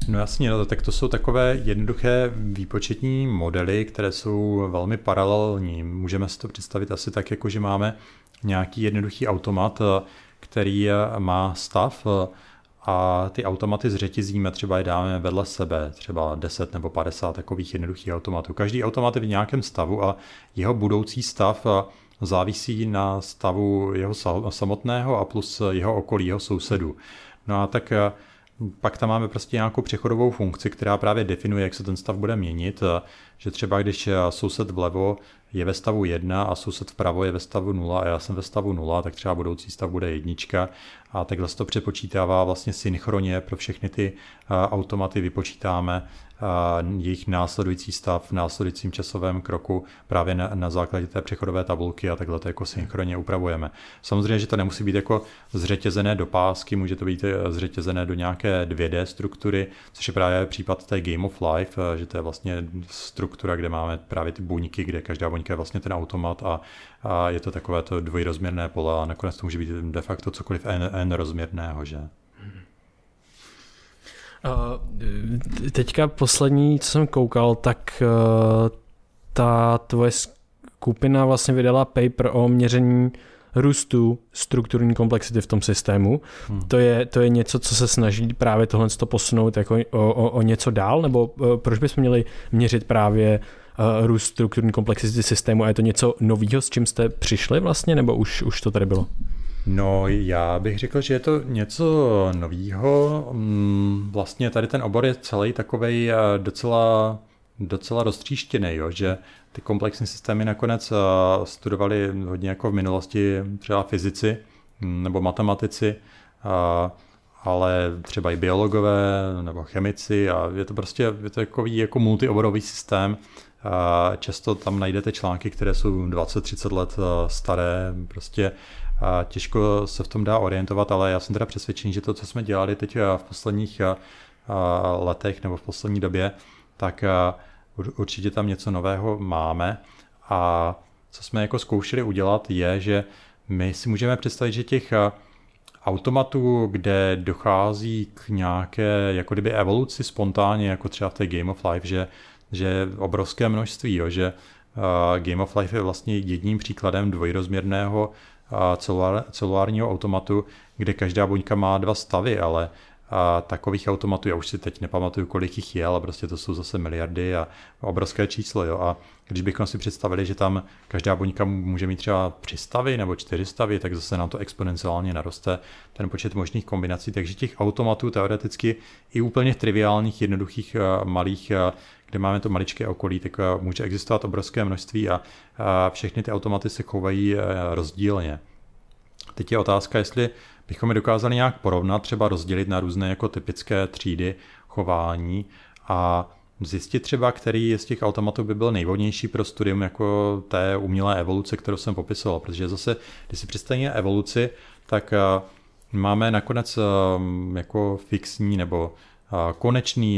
S2: No jasně, no, tak to jsou takové jednoduché výpočetní modely, které jsou velmi paralelní. Můžeme si to představit asi tak, jako že máme nějaký jednoduchý automat, který má stav a ty automaty zřetězíme, třeba je dáme vedle sebe, třeba 10 nebo 50 takových jednoduchých automatů. Každý automat je v nějakém stavu a jeho budoucí stav závisí na stavu jeho samotného a plus jeho okolí, jeho sousedů. No a tak pak tam máme prostě nějakou přechodovou funkci, která právě definuje, jak se ten stav bude měnit, že třeba když soused vlevo je ve stavu 1 a soused vpravo je ve stavu 0 a já jsem ve stavu 0, tak třeba budoucí stav bude 1 a takhle se to přepočítává vlastně synchronně pro všechny ty automaty, vypočítáme jejich následující stav v následujícím časovém kroku právě na základě té přechodové tabulky a takhle to jako synchronně upravujeme. Samozřejmě, že to nemusí být jako zřetězené do pásky, může to být zřetězené do nějaké 2D struktury, což je právě případ té Game of Life, že to je vlastně struktura, kde máme právě ty buňky, kde každá buňka je vlastně ten automat a je to takové to dvojrozměrné pole a nakonec to může být de facto cokoliv n-rozměrného, že?
S1: Teďka poslední, co jsem koukal, tak ta tvoje skupina vlastně vydala paper o měření růstu strukturní komplexity v tom systému. To je něco, co se snaží právě tohle posunout jako o něco dál, nebo proč bychom měli měřit právě růst strukturní komplexity systému a je to něco novýho, s čím jste přišli vlastně, nebo už to tady bylo?
S2: No, já bych řekl, že je to něco novýho. Vlastně tady ten obor je celý takovej docela roztříštěný, jo? Že ty komplexní systémy nakonec studovali hodně jako v minulosti třeba fyzici nebo matematici, ale třeba i biologové nebo chemici a je to takový jako multioborový systém. Často tam najdete články, které jsou 20-30 let staré, prostě těžko se v tom dá orientovat, ale já jsem teda přesvědčený, že to, co jsme dělali teď v posledních letech nebo v poslední době, tak určitě tam něco nového máme a co jsme jako zkoušeli udělat je, že my si můžeme představit, že těch automatů, kde dochází k nějaké jako kdyby evoluci spontánně, jako třeba v té Game of Life, že obrovské množství, jo, že Game of Life je vlastně jedním příkladem dvojrozměrného celulárního automatu, kde každá buňka má 2 stavy, ale takových automatů, já už si teď nepamatuju, kolik jich je, ale prostě to jsou zase miliardy a obrovské číslo. Jo. A když bychom si představili, že tam každá buňka může mít třeba 3 stavy nebo 4 stavy, tak zase nám to exponenciálně naroste ten počet možných kombinací. Takže těch automatů teoreticky i úplně triviálních, jednoduchých, malých, kde máme to maličké okolí, tak může existovat obrovské množství a všechny ty automaty se chovají rozdílně. Teď je otázka, jestli bychom je dokázali nějak porovnat, třeba rozdělit na různé jako typické třídy chování a zjistit třeba, který z těch automatů by byl nejvhodnější pro studium jako té umělé evoluce, kterou jsem popisoval, protože zase, když si představíme evoluci, tak máme nakonec jako fixní nebo konečný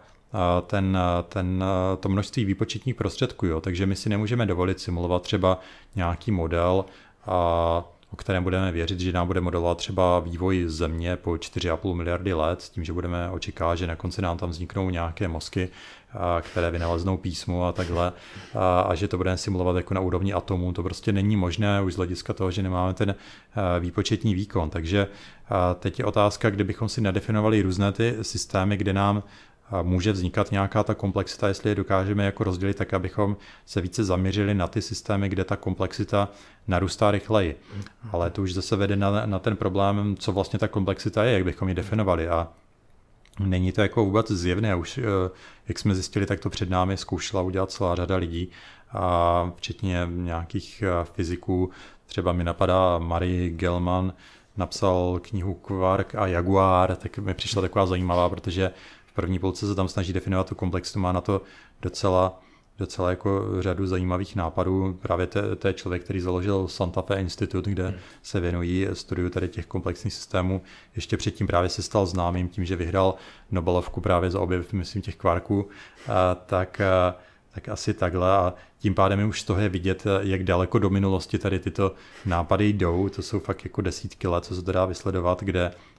S2: to množství výpočetních prostředků, jo. Takže my si nemůžeme dovolit simulovat třeba nějaký model, o kterém budeme věřit, že nám bude modelovat třeba vývoj Země po 4,5 miliardy let, s tím, že budeme očekávat, že na konci nám tam vzniknou nějaké mozky, které vynaleznou písmo a takhle, a že to budeme simulovat jako na úrovni atomů. To prostě není možné už z hlediska toho, že nemáme ten výpočetní výkon. Takže teď je otázka, kdybychom si nadefinovali různé ty systémy, kde nám může vznikat nějaká ta komplexita, jestli je dokážeme jako rozdělit tak, abychom se více zaměřili na ty systémy, kde ta komplexita narůstá rychleji. Ale to už zase vede na ten problém, co vlastně ta komplexita je, jak bychom ji definovali. A není to jako vůbec zjevné. Už, jak jsme zjistili, tak to před námi zkoušela udělat celá řada lidí, včetně nějakých fyziků. Třeba mi napadá Marie Gell-Mann, napsal knihu Quark a Jaguar, tak mi přišla taková zajímavá, protože v první půlce se tam snaží definovat tu komplexitu, má na to docela jako řadu zajímavých nápadů. Právě to je člověk, který založil Santa Fe Institute, kde se věnují studiu tady těch komplexních systémů. Ještě předtím právě se stal známým tím, že vyhrál Nobelovku právě za objev, myslím, těch kvarků. Tak asi takhle a tím pádem už z toho je vidět, jak daleko do minulosti tady tyto nápady jdou. To jsou fakt jako desítky let, co se to dá vysledovat, kde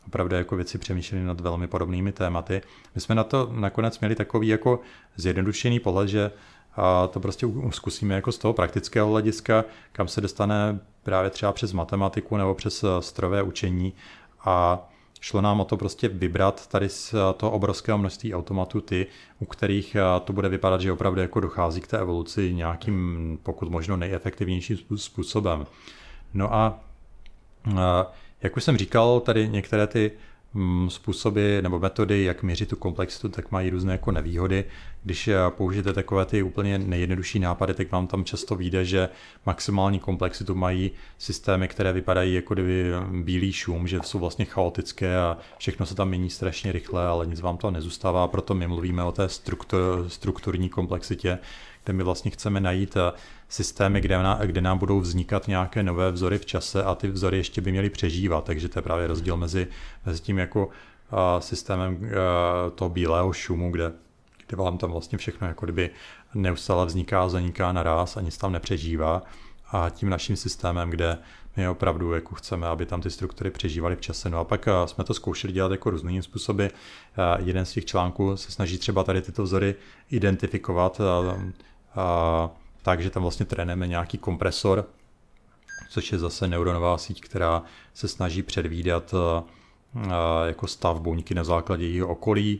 S2: opravdu jako věci přemýšleli nad velmi podobnými tématy. My jsme na to nakonec měli takový jako zjednodušený pohled, že to prostě zkusíme jako z toho praktického hlediska, kam se dostane právě třeba přes matematiku nebo přes strojové učení, a šlo nám o to prostě vybrat tady z toho obrovského množství automatů ty, u kterých to bude vypadat, že opravdu jako dochází k té evoluci nějakým pokud možno nejefektivnějším způsobem. No a jak už jsem říkal, tady některé ty způsoby nebo metody, jak měřit tu komplexitu, tak mají různé jako nevýhody. Když použijete takové ty úplně nejjednodušší nápady, tak vám tam často vyjde, že maximální komplexitu mají systémy, které vypadají jako kdyby bílý šum, že jsou vlastně chaotické a všechno se tam mění strašně rychle, ale nic vám to nezůstává, proto my mluvíme o té strukturní komplexitě, kde my vlastně chceme najít systémy, kde nám budou vznikat nějaké nové vzory v čase a ty vzory ještě by měly přežívat, takže to je právě rozdíl mezi tím jako systémem toho bílého šumu, kde vám tam vlastně všechno jako kdyby neustále vzniká a zaniká naraz a nic tam nepřežívá, a tím naším systémem, kde my opravdu jako chceme, aby tam ty struktury přežívaly v čase. No a pak jsme to zkoušeli dělat jako různými způsoby. Jeden z těch článků se snaží třeba tady tyto vzory identifikovat takže tam vlastně trénujeme nějaký kompresor, což je zase neuronová síť, která se snaží předvídat jako stav buňky na základě jejího okolí,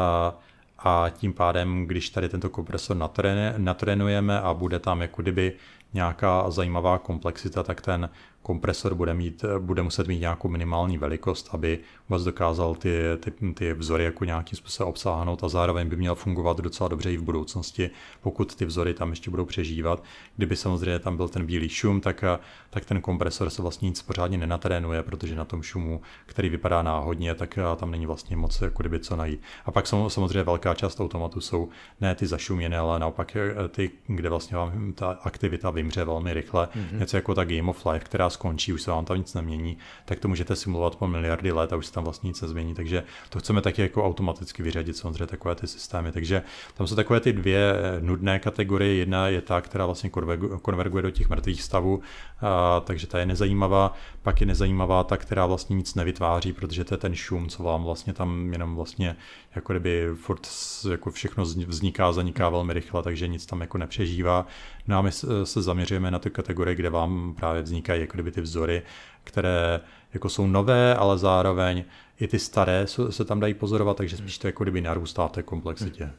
S2: a tím pádem, když tady tento kompresor natrénujeme a bude tam jako kdyby nějaká zajímavá komplexita, tak ten kompresor bude muset mít nějakou minimální velikost, aby vůbec dokázal ty vzory jako nějakým způsobem obsáhnout, a zároveň by měl fungovat docela dobře i v budoucnosti, pokud ty vzory tam ještě budou přežívat. Kdyby samozřejmě tam byl ten bílý šum, tak ten kompresor se vlastně nic pořádně nenatrénuje, protože na tom šumu, který vypadá náhodně, tak tam není vlastně moc jako kdyby co najít. A pak samozřejmě velká část automatů jsou ne ty zašuměné, ale naopak ty, kde vlastně vám ta aktivita vymře velmi rychle. Něco jako ta Game of Life, která skončí, už se vám tam nic nemění, tak to můžete simulovat po miliardy let a už se tam vlastně nic nezmění. Takže to chceme taky jako automaticky vyřadit, samozřejmě takové ty systémy. Takže tam jsou takové ty dvě nudné kategorie. Jedna je ta, která vlastně konverguje do těch mrtvých stavů, takže ta je nezajímavá. Pak je nezajímavá ta, která vlastně nic nevytváří, protože to je ten šum, co vám vlastně tam jenom vlastně jako kdyby furt jako všechno vzniká, zaniká velmi rychle, takže nic tam jako nepřežívá. No a my se zaměřujeme na ty kategorie, kde vám právě vznikají jako kdyby ty vzory, které jako jsou nové, ale zároveň i ty staré se tam dají pozorovat, takže spíš to jako kdyby narůstá v té komplexitě.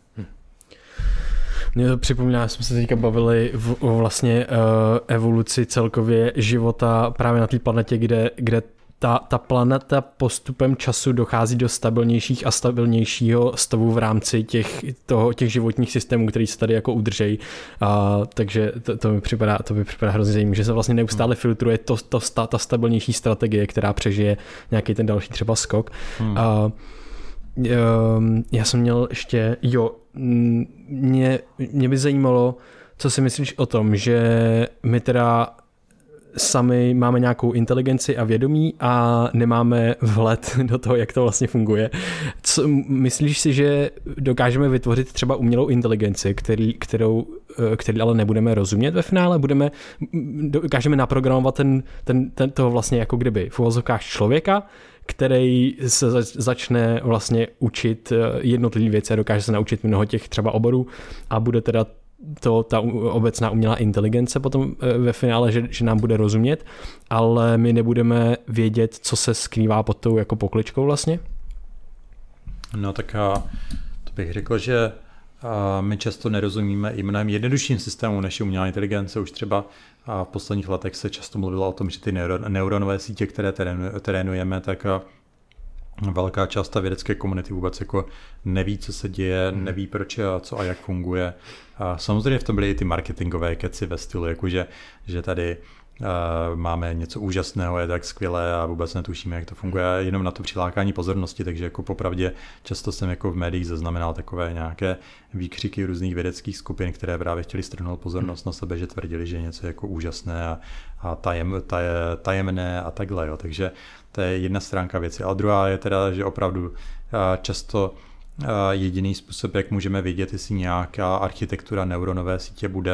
S1: Mně to připomíná, jsme se teďka bavili o vlastně evoluci celkově života právě na té planetě, kde ta planeta postupem času dochází do stabilnějších a stabilnějšího stavu v rámci těch životních systémů, který se tady jako udržejí. Takže to mi připadá hrozně zajímavé, že se vlastně neustále filtruje ta stabilnější strategie, která přežije nějaký ten další třeba skok. Já jsem měl ještě, mě by zajímalo, co si myslíš o tom, že my teda sami máme nějakou inteligenci a vědomí a nemáme vhled do toho, jak to vlastně funguje. Myslíš si, že dokážeme vytvořit třeba umělou inteligenci, který ale nebudeme rozumět ve finále? Dokážeme naprogramovat toho vlastně jako kdyby v uvozovkách člověka, který se začne vlastně učit jednotlivé věci a dokáže se naučit mnoho těch třeba oborů a bude teda ta obecná umělá inteligence potom ve finále, že nám bude rozumět, ale my nebudeme vědět, co se skrývá pod tou jako pokličkou vlastně?
S2: No tak to bych řekl, že my často nerozumíme i mnohem jednodušším systémům než umělá inteligence. Už třeba v posledních letech se často mluvilo o tom, že ty neuronové sítě, které trénujeme, tak velká část té vědecké komunity vůbec jako neví, co se děje, neví proč a co a jak funguje. A samozřejmě v tom byly i ty marketingové keci ve stylu, jakože že tady máme něco úžasného, je tak skvělé a vůbec netušíme, jak to funguje, jenom na to přilákání pozornosti, takže jako popravdě často jsem jako v médiích zaznamenal takové nějaké výkřiky různých vědeckých skupin, které právě chtěli strhnout pozornost na sebe, že tvrdili, že je něco jako úžasné a tajemné a takhle, jo. Takže to je jedna stránka věci. A druhá je teda, že opravdu často jediný způsob, jak můžeme vědět, jestli nějaká architektura neuronové sítě bude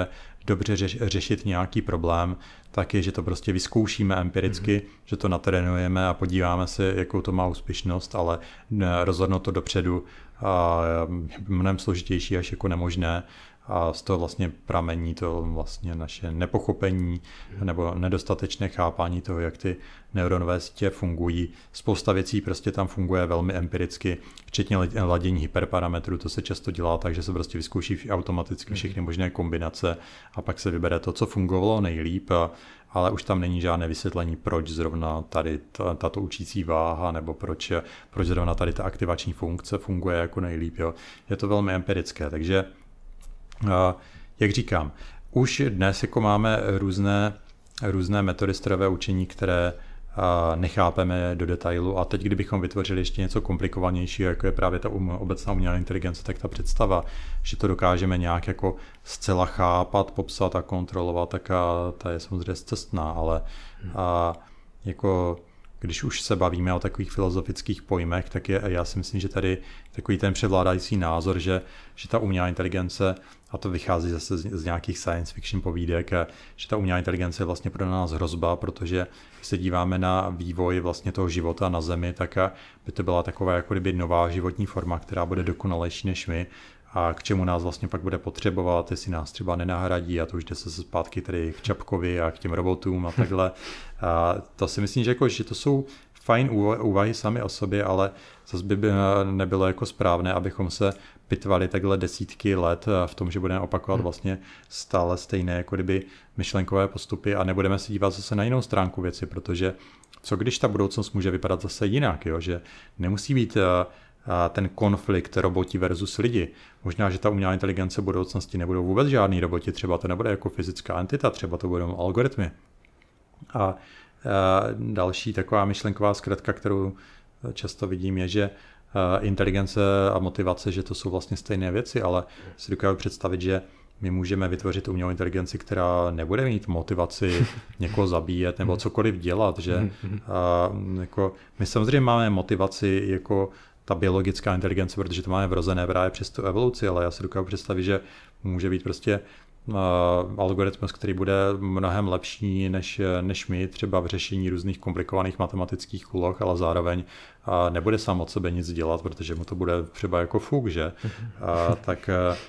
S2: dobře řešit nějaký problém, tak je, že to prostě vyzkoušíme empiricky, že to natrénujeme a podíváme se, jakou to má úspěšnost, ale rozhodnout to dopředu je mnohem složitější až jako nemožné. A z toho vlastně pramení to vlastně naše nepochopení nebo nedostatečné chápání toho, jak ty neuronové sítě fungují. Spousta věcí prostě tam funguje velmi empiricky, včetně ladění hyperparametrů, to se často dělá tak, že se prostě vyzkouší automaticky všechny možné kombinace a pak se vybere to, co fungovalo nejlíp, ale už tam není žádné vysvětlení, proč zrovna tady tato učící váha nebo proč zrovna tady ta aktivační funkce funguje jako nejlíp. Jo. Je to velmi empirické, takže jak říkám, už dnes jako máme různé metody strojového učení, které nechápeme do detailu a teď, kdybychom vytvořili ještě něco komplikovanějšího, jako je právě ta obecná umělá inteligence, tak ta představa, že to dokážeme nějak jako zcela chápat, popsat a kontrolovat, tak ta je samozřejmě scestná, ale jako když už se bavíme o takových filozofických pojmech, tak já si myslím, že tady takový ten převládající názor, že ta umělá inteligence, a to vychází zase z nějakých science fiction povídek, že ta umělá inteligence je vlastně pro nás hrozba, protože když se díváme na vývoj vlastně toho života na Zemi, tak by to byla taková jako kdyby nová životní forma, která bude dokonalejší než my, a k čemu nás vlastně pak bude potřebovat, jestli nás třeba nenahradí, a to už jde se zpátky tady k Čapkovi a k těm robotům a takhle. A to si myslím, že to jsou fajn úvahy sami o sobě, ale zase by nebylo jako správné, abychom se pitvali takhle desítky let v tom, že budeme opakovat vlastně stále stejné jako kdyby myšlenkové postupy a nebudeme se dívat zase na jinou stránku věci, protože co když ta budoucnost může vypadat zase jinak, jo? Že nemusí být ten konflikt roboti versus lidi. Možná, že ta umělá inteligence v budoucnosti nebudou vůbec žádný roboti, třeba to nebude jako fyzická entita, třeba to budou algoritmy. A další taková myšlenková zkratka, kterou často vidím, je, že inteligence a motivace, že to jsou vlastně stejné věci, ale si dokážu představit, že my můžeme vytvořit umělou inteligenci, která nebude mít motivaci někoho zabíjet nebo cokoliv dělat. Že, jako, my samozřejmě máme motivaci jako ta biologická inteligence, protože to máme vrozené právě přes tu evoluci, ale já si dokážu představit, že může být prostě algoritmus, který bude mnohem lepší než my, třeba v řešení různých komplikovaných matematických úloh, ale zároveň nebude sám od sebe nic dělat, protože mu to bude třeba jako fuk, že? Tak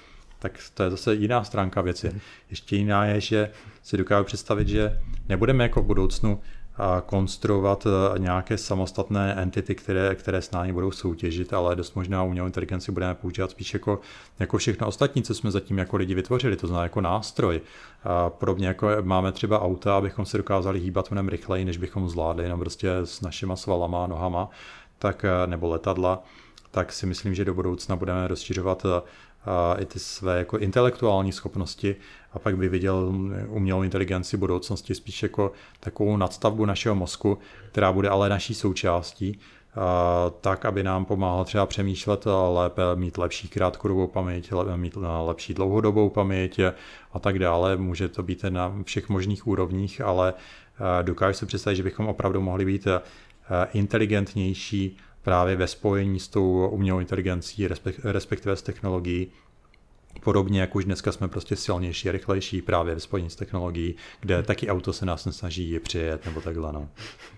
S2: to je zase jiná stránka věci. Ještě jiná je, že si dokážu představit, že nebudeme jako v budoucnu konstruovat nějaké samostatné entity, které s námi budou soutěžit, ale dost možná umělou inteligenci budeme používat spíš jako všechno ostatní, co jsme zatím jako lidi vytvořili, to znamená jako nástroj. Podobně jako máme třeba auta, abychom se dokázali hýbat mnohem rychleji, než bychom zvládli, jenom prostě s našima svalama, nohama, tak, nebo letadla, tak si myslím, že do budoucna budeme rozšiřovat i ty své jako intelektuální schopnosti a pak by viděl umělou inteligenci budoucnosti spíš jako takovou nadstavbu našeho mozku, která bude ale naší součástí, tak, aby nám pomáhala třeba přemýšlet lépe, mít lepší krátkodobou paměť, mít lepší dlouhodobou paměť a tak dále. Může to být na všech možných úrovních, ale dokážu si představit, že bychom opravdu mohli být inteligentnější právě ve spojení s tou umělou inteligencí, respektive s technologií. Podobně, jak už dneska jsme prostě silnější a rychlejší právě ve spojení s technologií, kde taky auto se nás nesnaží přijet nebo takhle. No.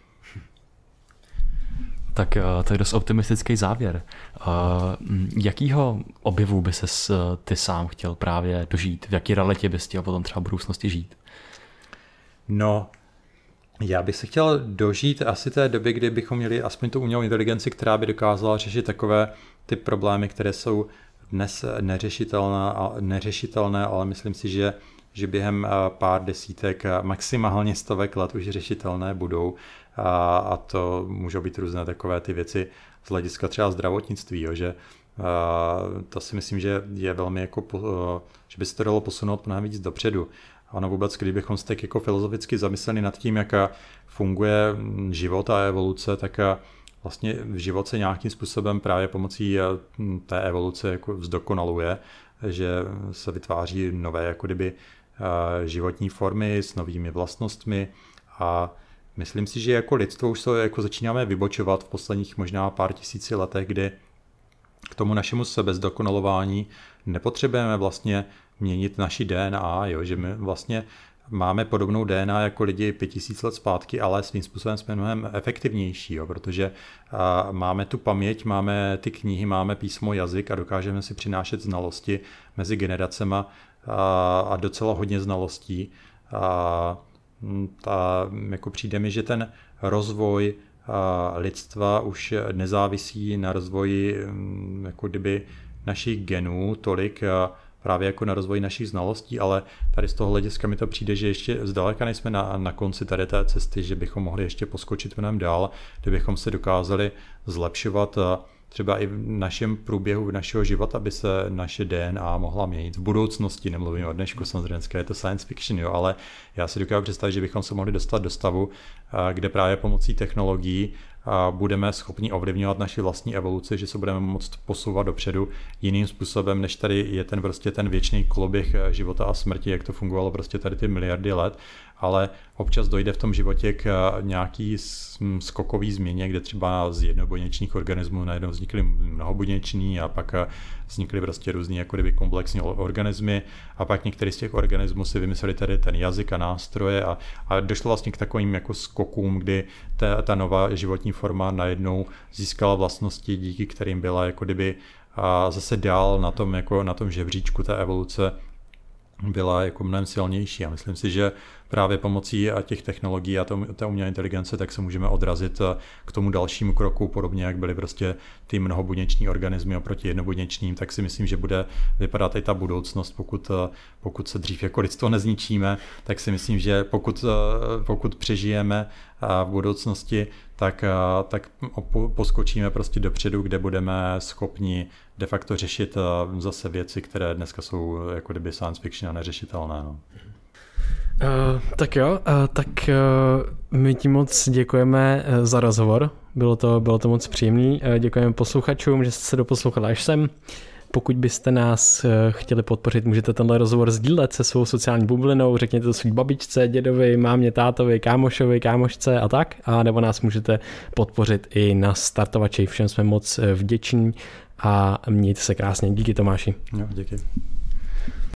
S3: Tak to je dost optimistický závěr. Jakýho objevu by ses ty sám chtěl právě dožít? V jaký realitě bys chtěl potom třeba v budoucnosti žít?
S2: No, já bych se chtěl dožít asi té doby, kdy bychom měli aspoň tu umělou inteligenci, která by dokázala řešit takové ty problémy, které jsou dnes neřešitelné, ale myslím si, že během pár desítek, maximálně stovek let už řešitelné budou. A to můžou být různé takové ty věci z hlediska třeba zdravotnictví, jo, že to si myslím, že je velmi jako, že by se to dalo posunout mnohem víc dopředu. Ono vůbec, kdybychom se tak jako filozoficky zamysleli nad tím, jak funguje život a evoluce, tak vlastně život se nějakým způsobem právě pomocí té evoluce jako zdokonaluje, že se vytváří nové jako kdyby životní formy s novými vlastnostmi a myslím si, že jako lidstvo už se jako začínáme vybočovat v posledních možná pár tisíci letech, kdy k tomu našemu sebezdokonalování nepotřebujeme vlastně měnit naši DNA, jo? Že my vlastně máme podobnou DNA jako lidi 5000 let zpátky, ale svým způsobem jsme mnohem efektivnější, jo? Protože máme tu paměť, máme ty knihy, máme písmo, jazyk a dokážeme si přinášet znalosti mezi generacema a docela hodně znalostí. Jako přijde mi, že ten rozvoj lidstva už nezávisí na rozvoji jako kdyby našich genů tolik, právě jako na rozvoji našich znalostí, ale tady z toho hlediska mi to přijde, že ještě zdaleka nejsme na konci tady té cesty, že bychom mohli ještě poskočit mnohem dál, kdybychom se dokázali zlepšovat třeba i v našem průběhu našeho života, aby se naše DNA mohla měnit v budoucnosti, nemluvím o dnešku, samozřejmě je to science fiction, jo, ale já si dokážu představit, že bychom se mohli dostat do stavu, kde právě pomocí technologií budeme schopni ovlivňovat naši vlastní evoluci, že se budeme moct posouvat dopředu jiným způsobem, než tady je ten věčný koloběh života a smrti, jak to fungovalo prostě tady ty miliardy let, ale občas dojde v tom životě k nějaký skokový změně, kde třeba z jednobuněčných organismů najednou vznikly mnohobuněční a pak vznikly prostě různý jako kdyby komplexní organismy a pak některý z těch organismů si vymysleli tady ten jazyk a nástroje a došlo vlastně k takovým jako skokům, kdy ta nová životní forma najednou získala vlastnosti, díky kterým byla jako kdyby zase dál na tom žebříčku té evoluce byla jako mnohem silnější a myslím si, že právě pomocí těch technologií a té umělé inteligence tak se můžeme odrazit k tomu dalšímu kroku, podobně jak byly prostě ty mnohobuněční organismy oproti jednobuněčným, tak si myslím, že bude vypadat i ta budoucnost, pokud se dřív jako lidstvo nezničíme, tak si myslím, že pokud přežijeme v budoucnosti, tak poskočíme prostě dopředu, kde budeme schopni de facto řešit zase věci, které dneska jsou jako kdyby science fiction a neřešitelné. No.
S1: Tak jo, my ti moc děkujeme za rozhovor, bylo to moc příjemný, děkujeme posluchačům, že jste se doposlouchali až sem. Pokud byste nás chtěli podpořit, můžete tenhle rozhovor sdílet se svou sociální bublinou, řekněte to svým babičce, dědovi, mámě, tátovi, kámošovi, kámošce a tak, a nebo nás můžete podpořit i na startovači, všem jsme moc vděční a mějte se krásně. Díky, Tomáši.
S2: Jo, díky.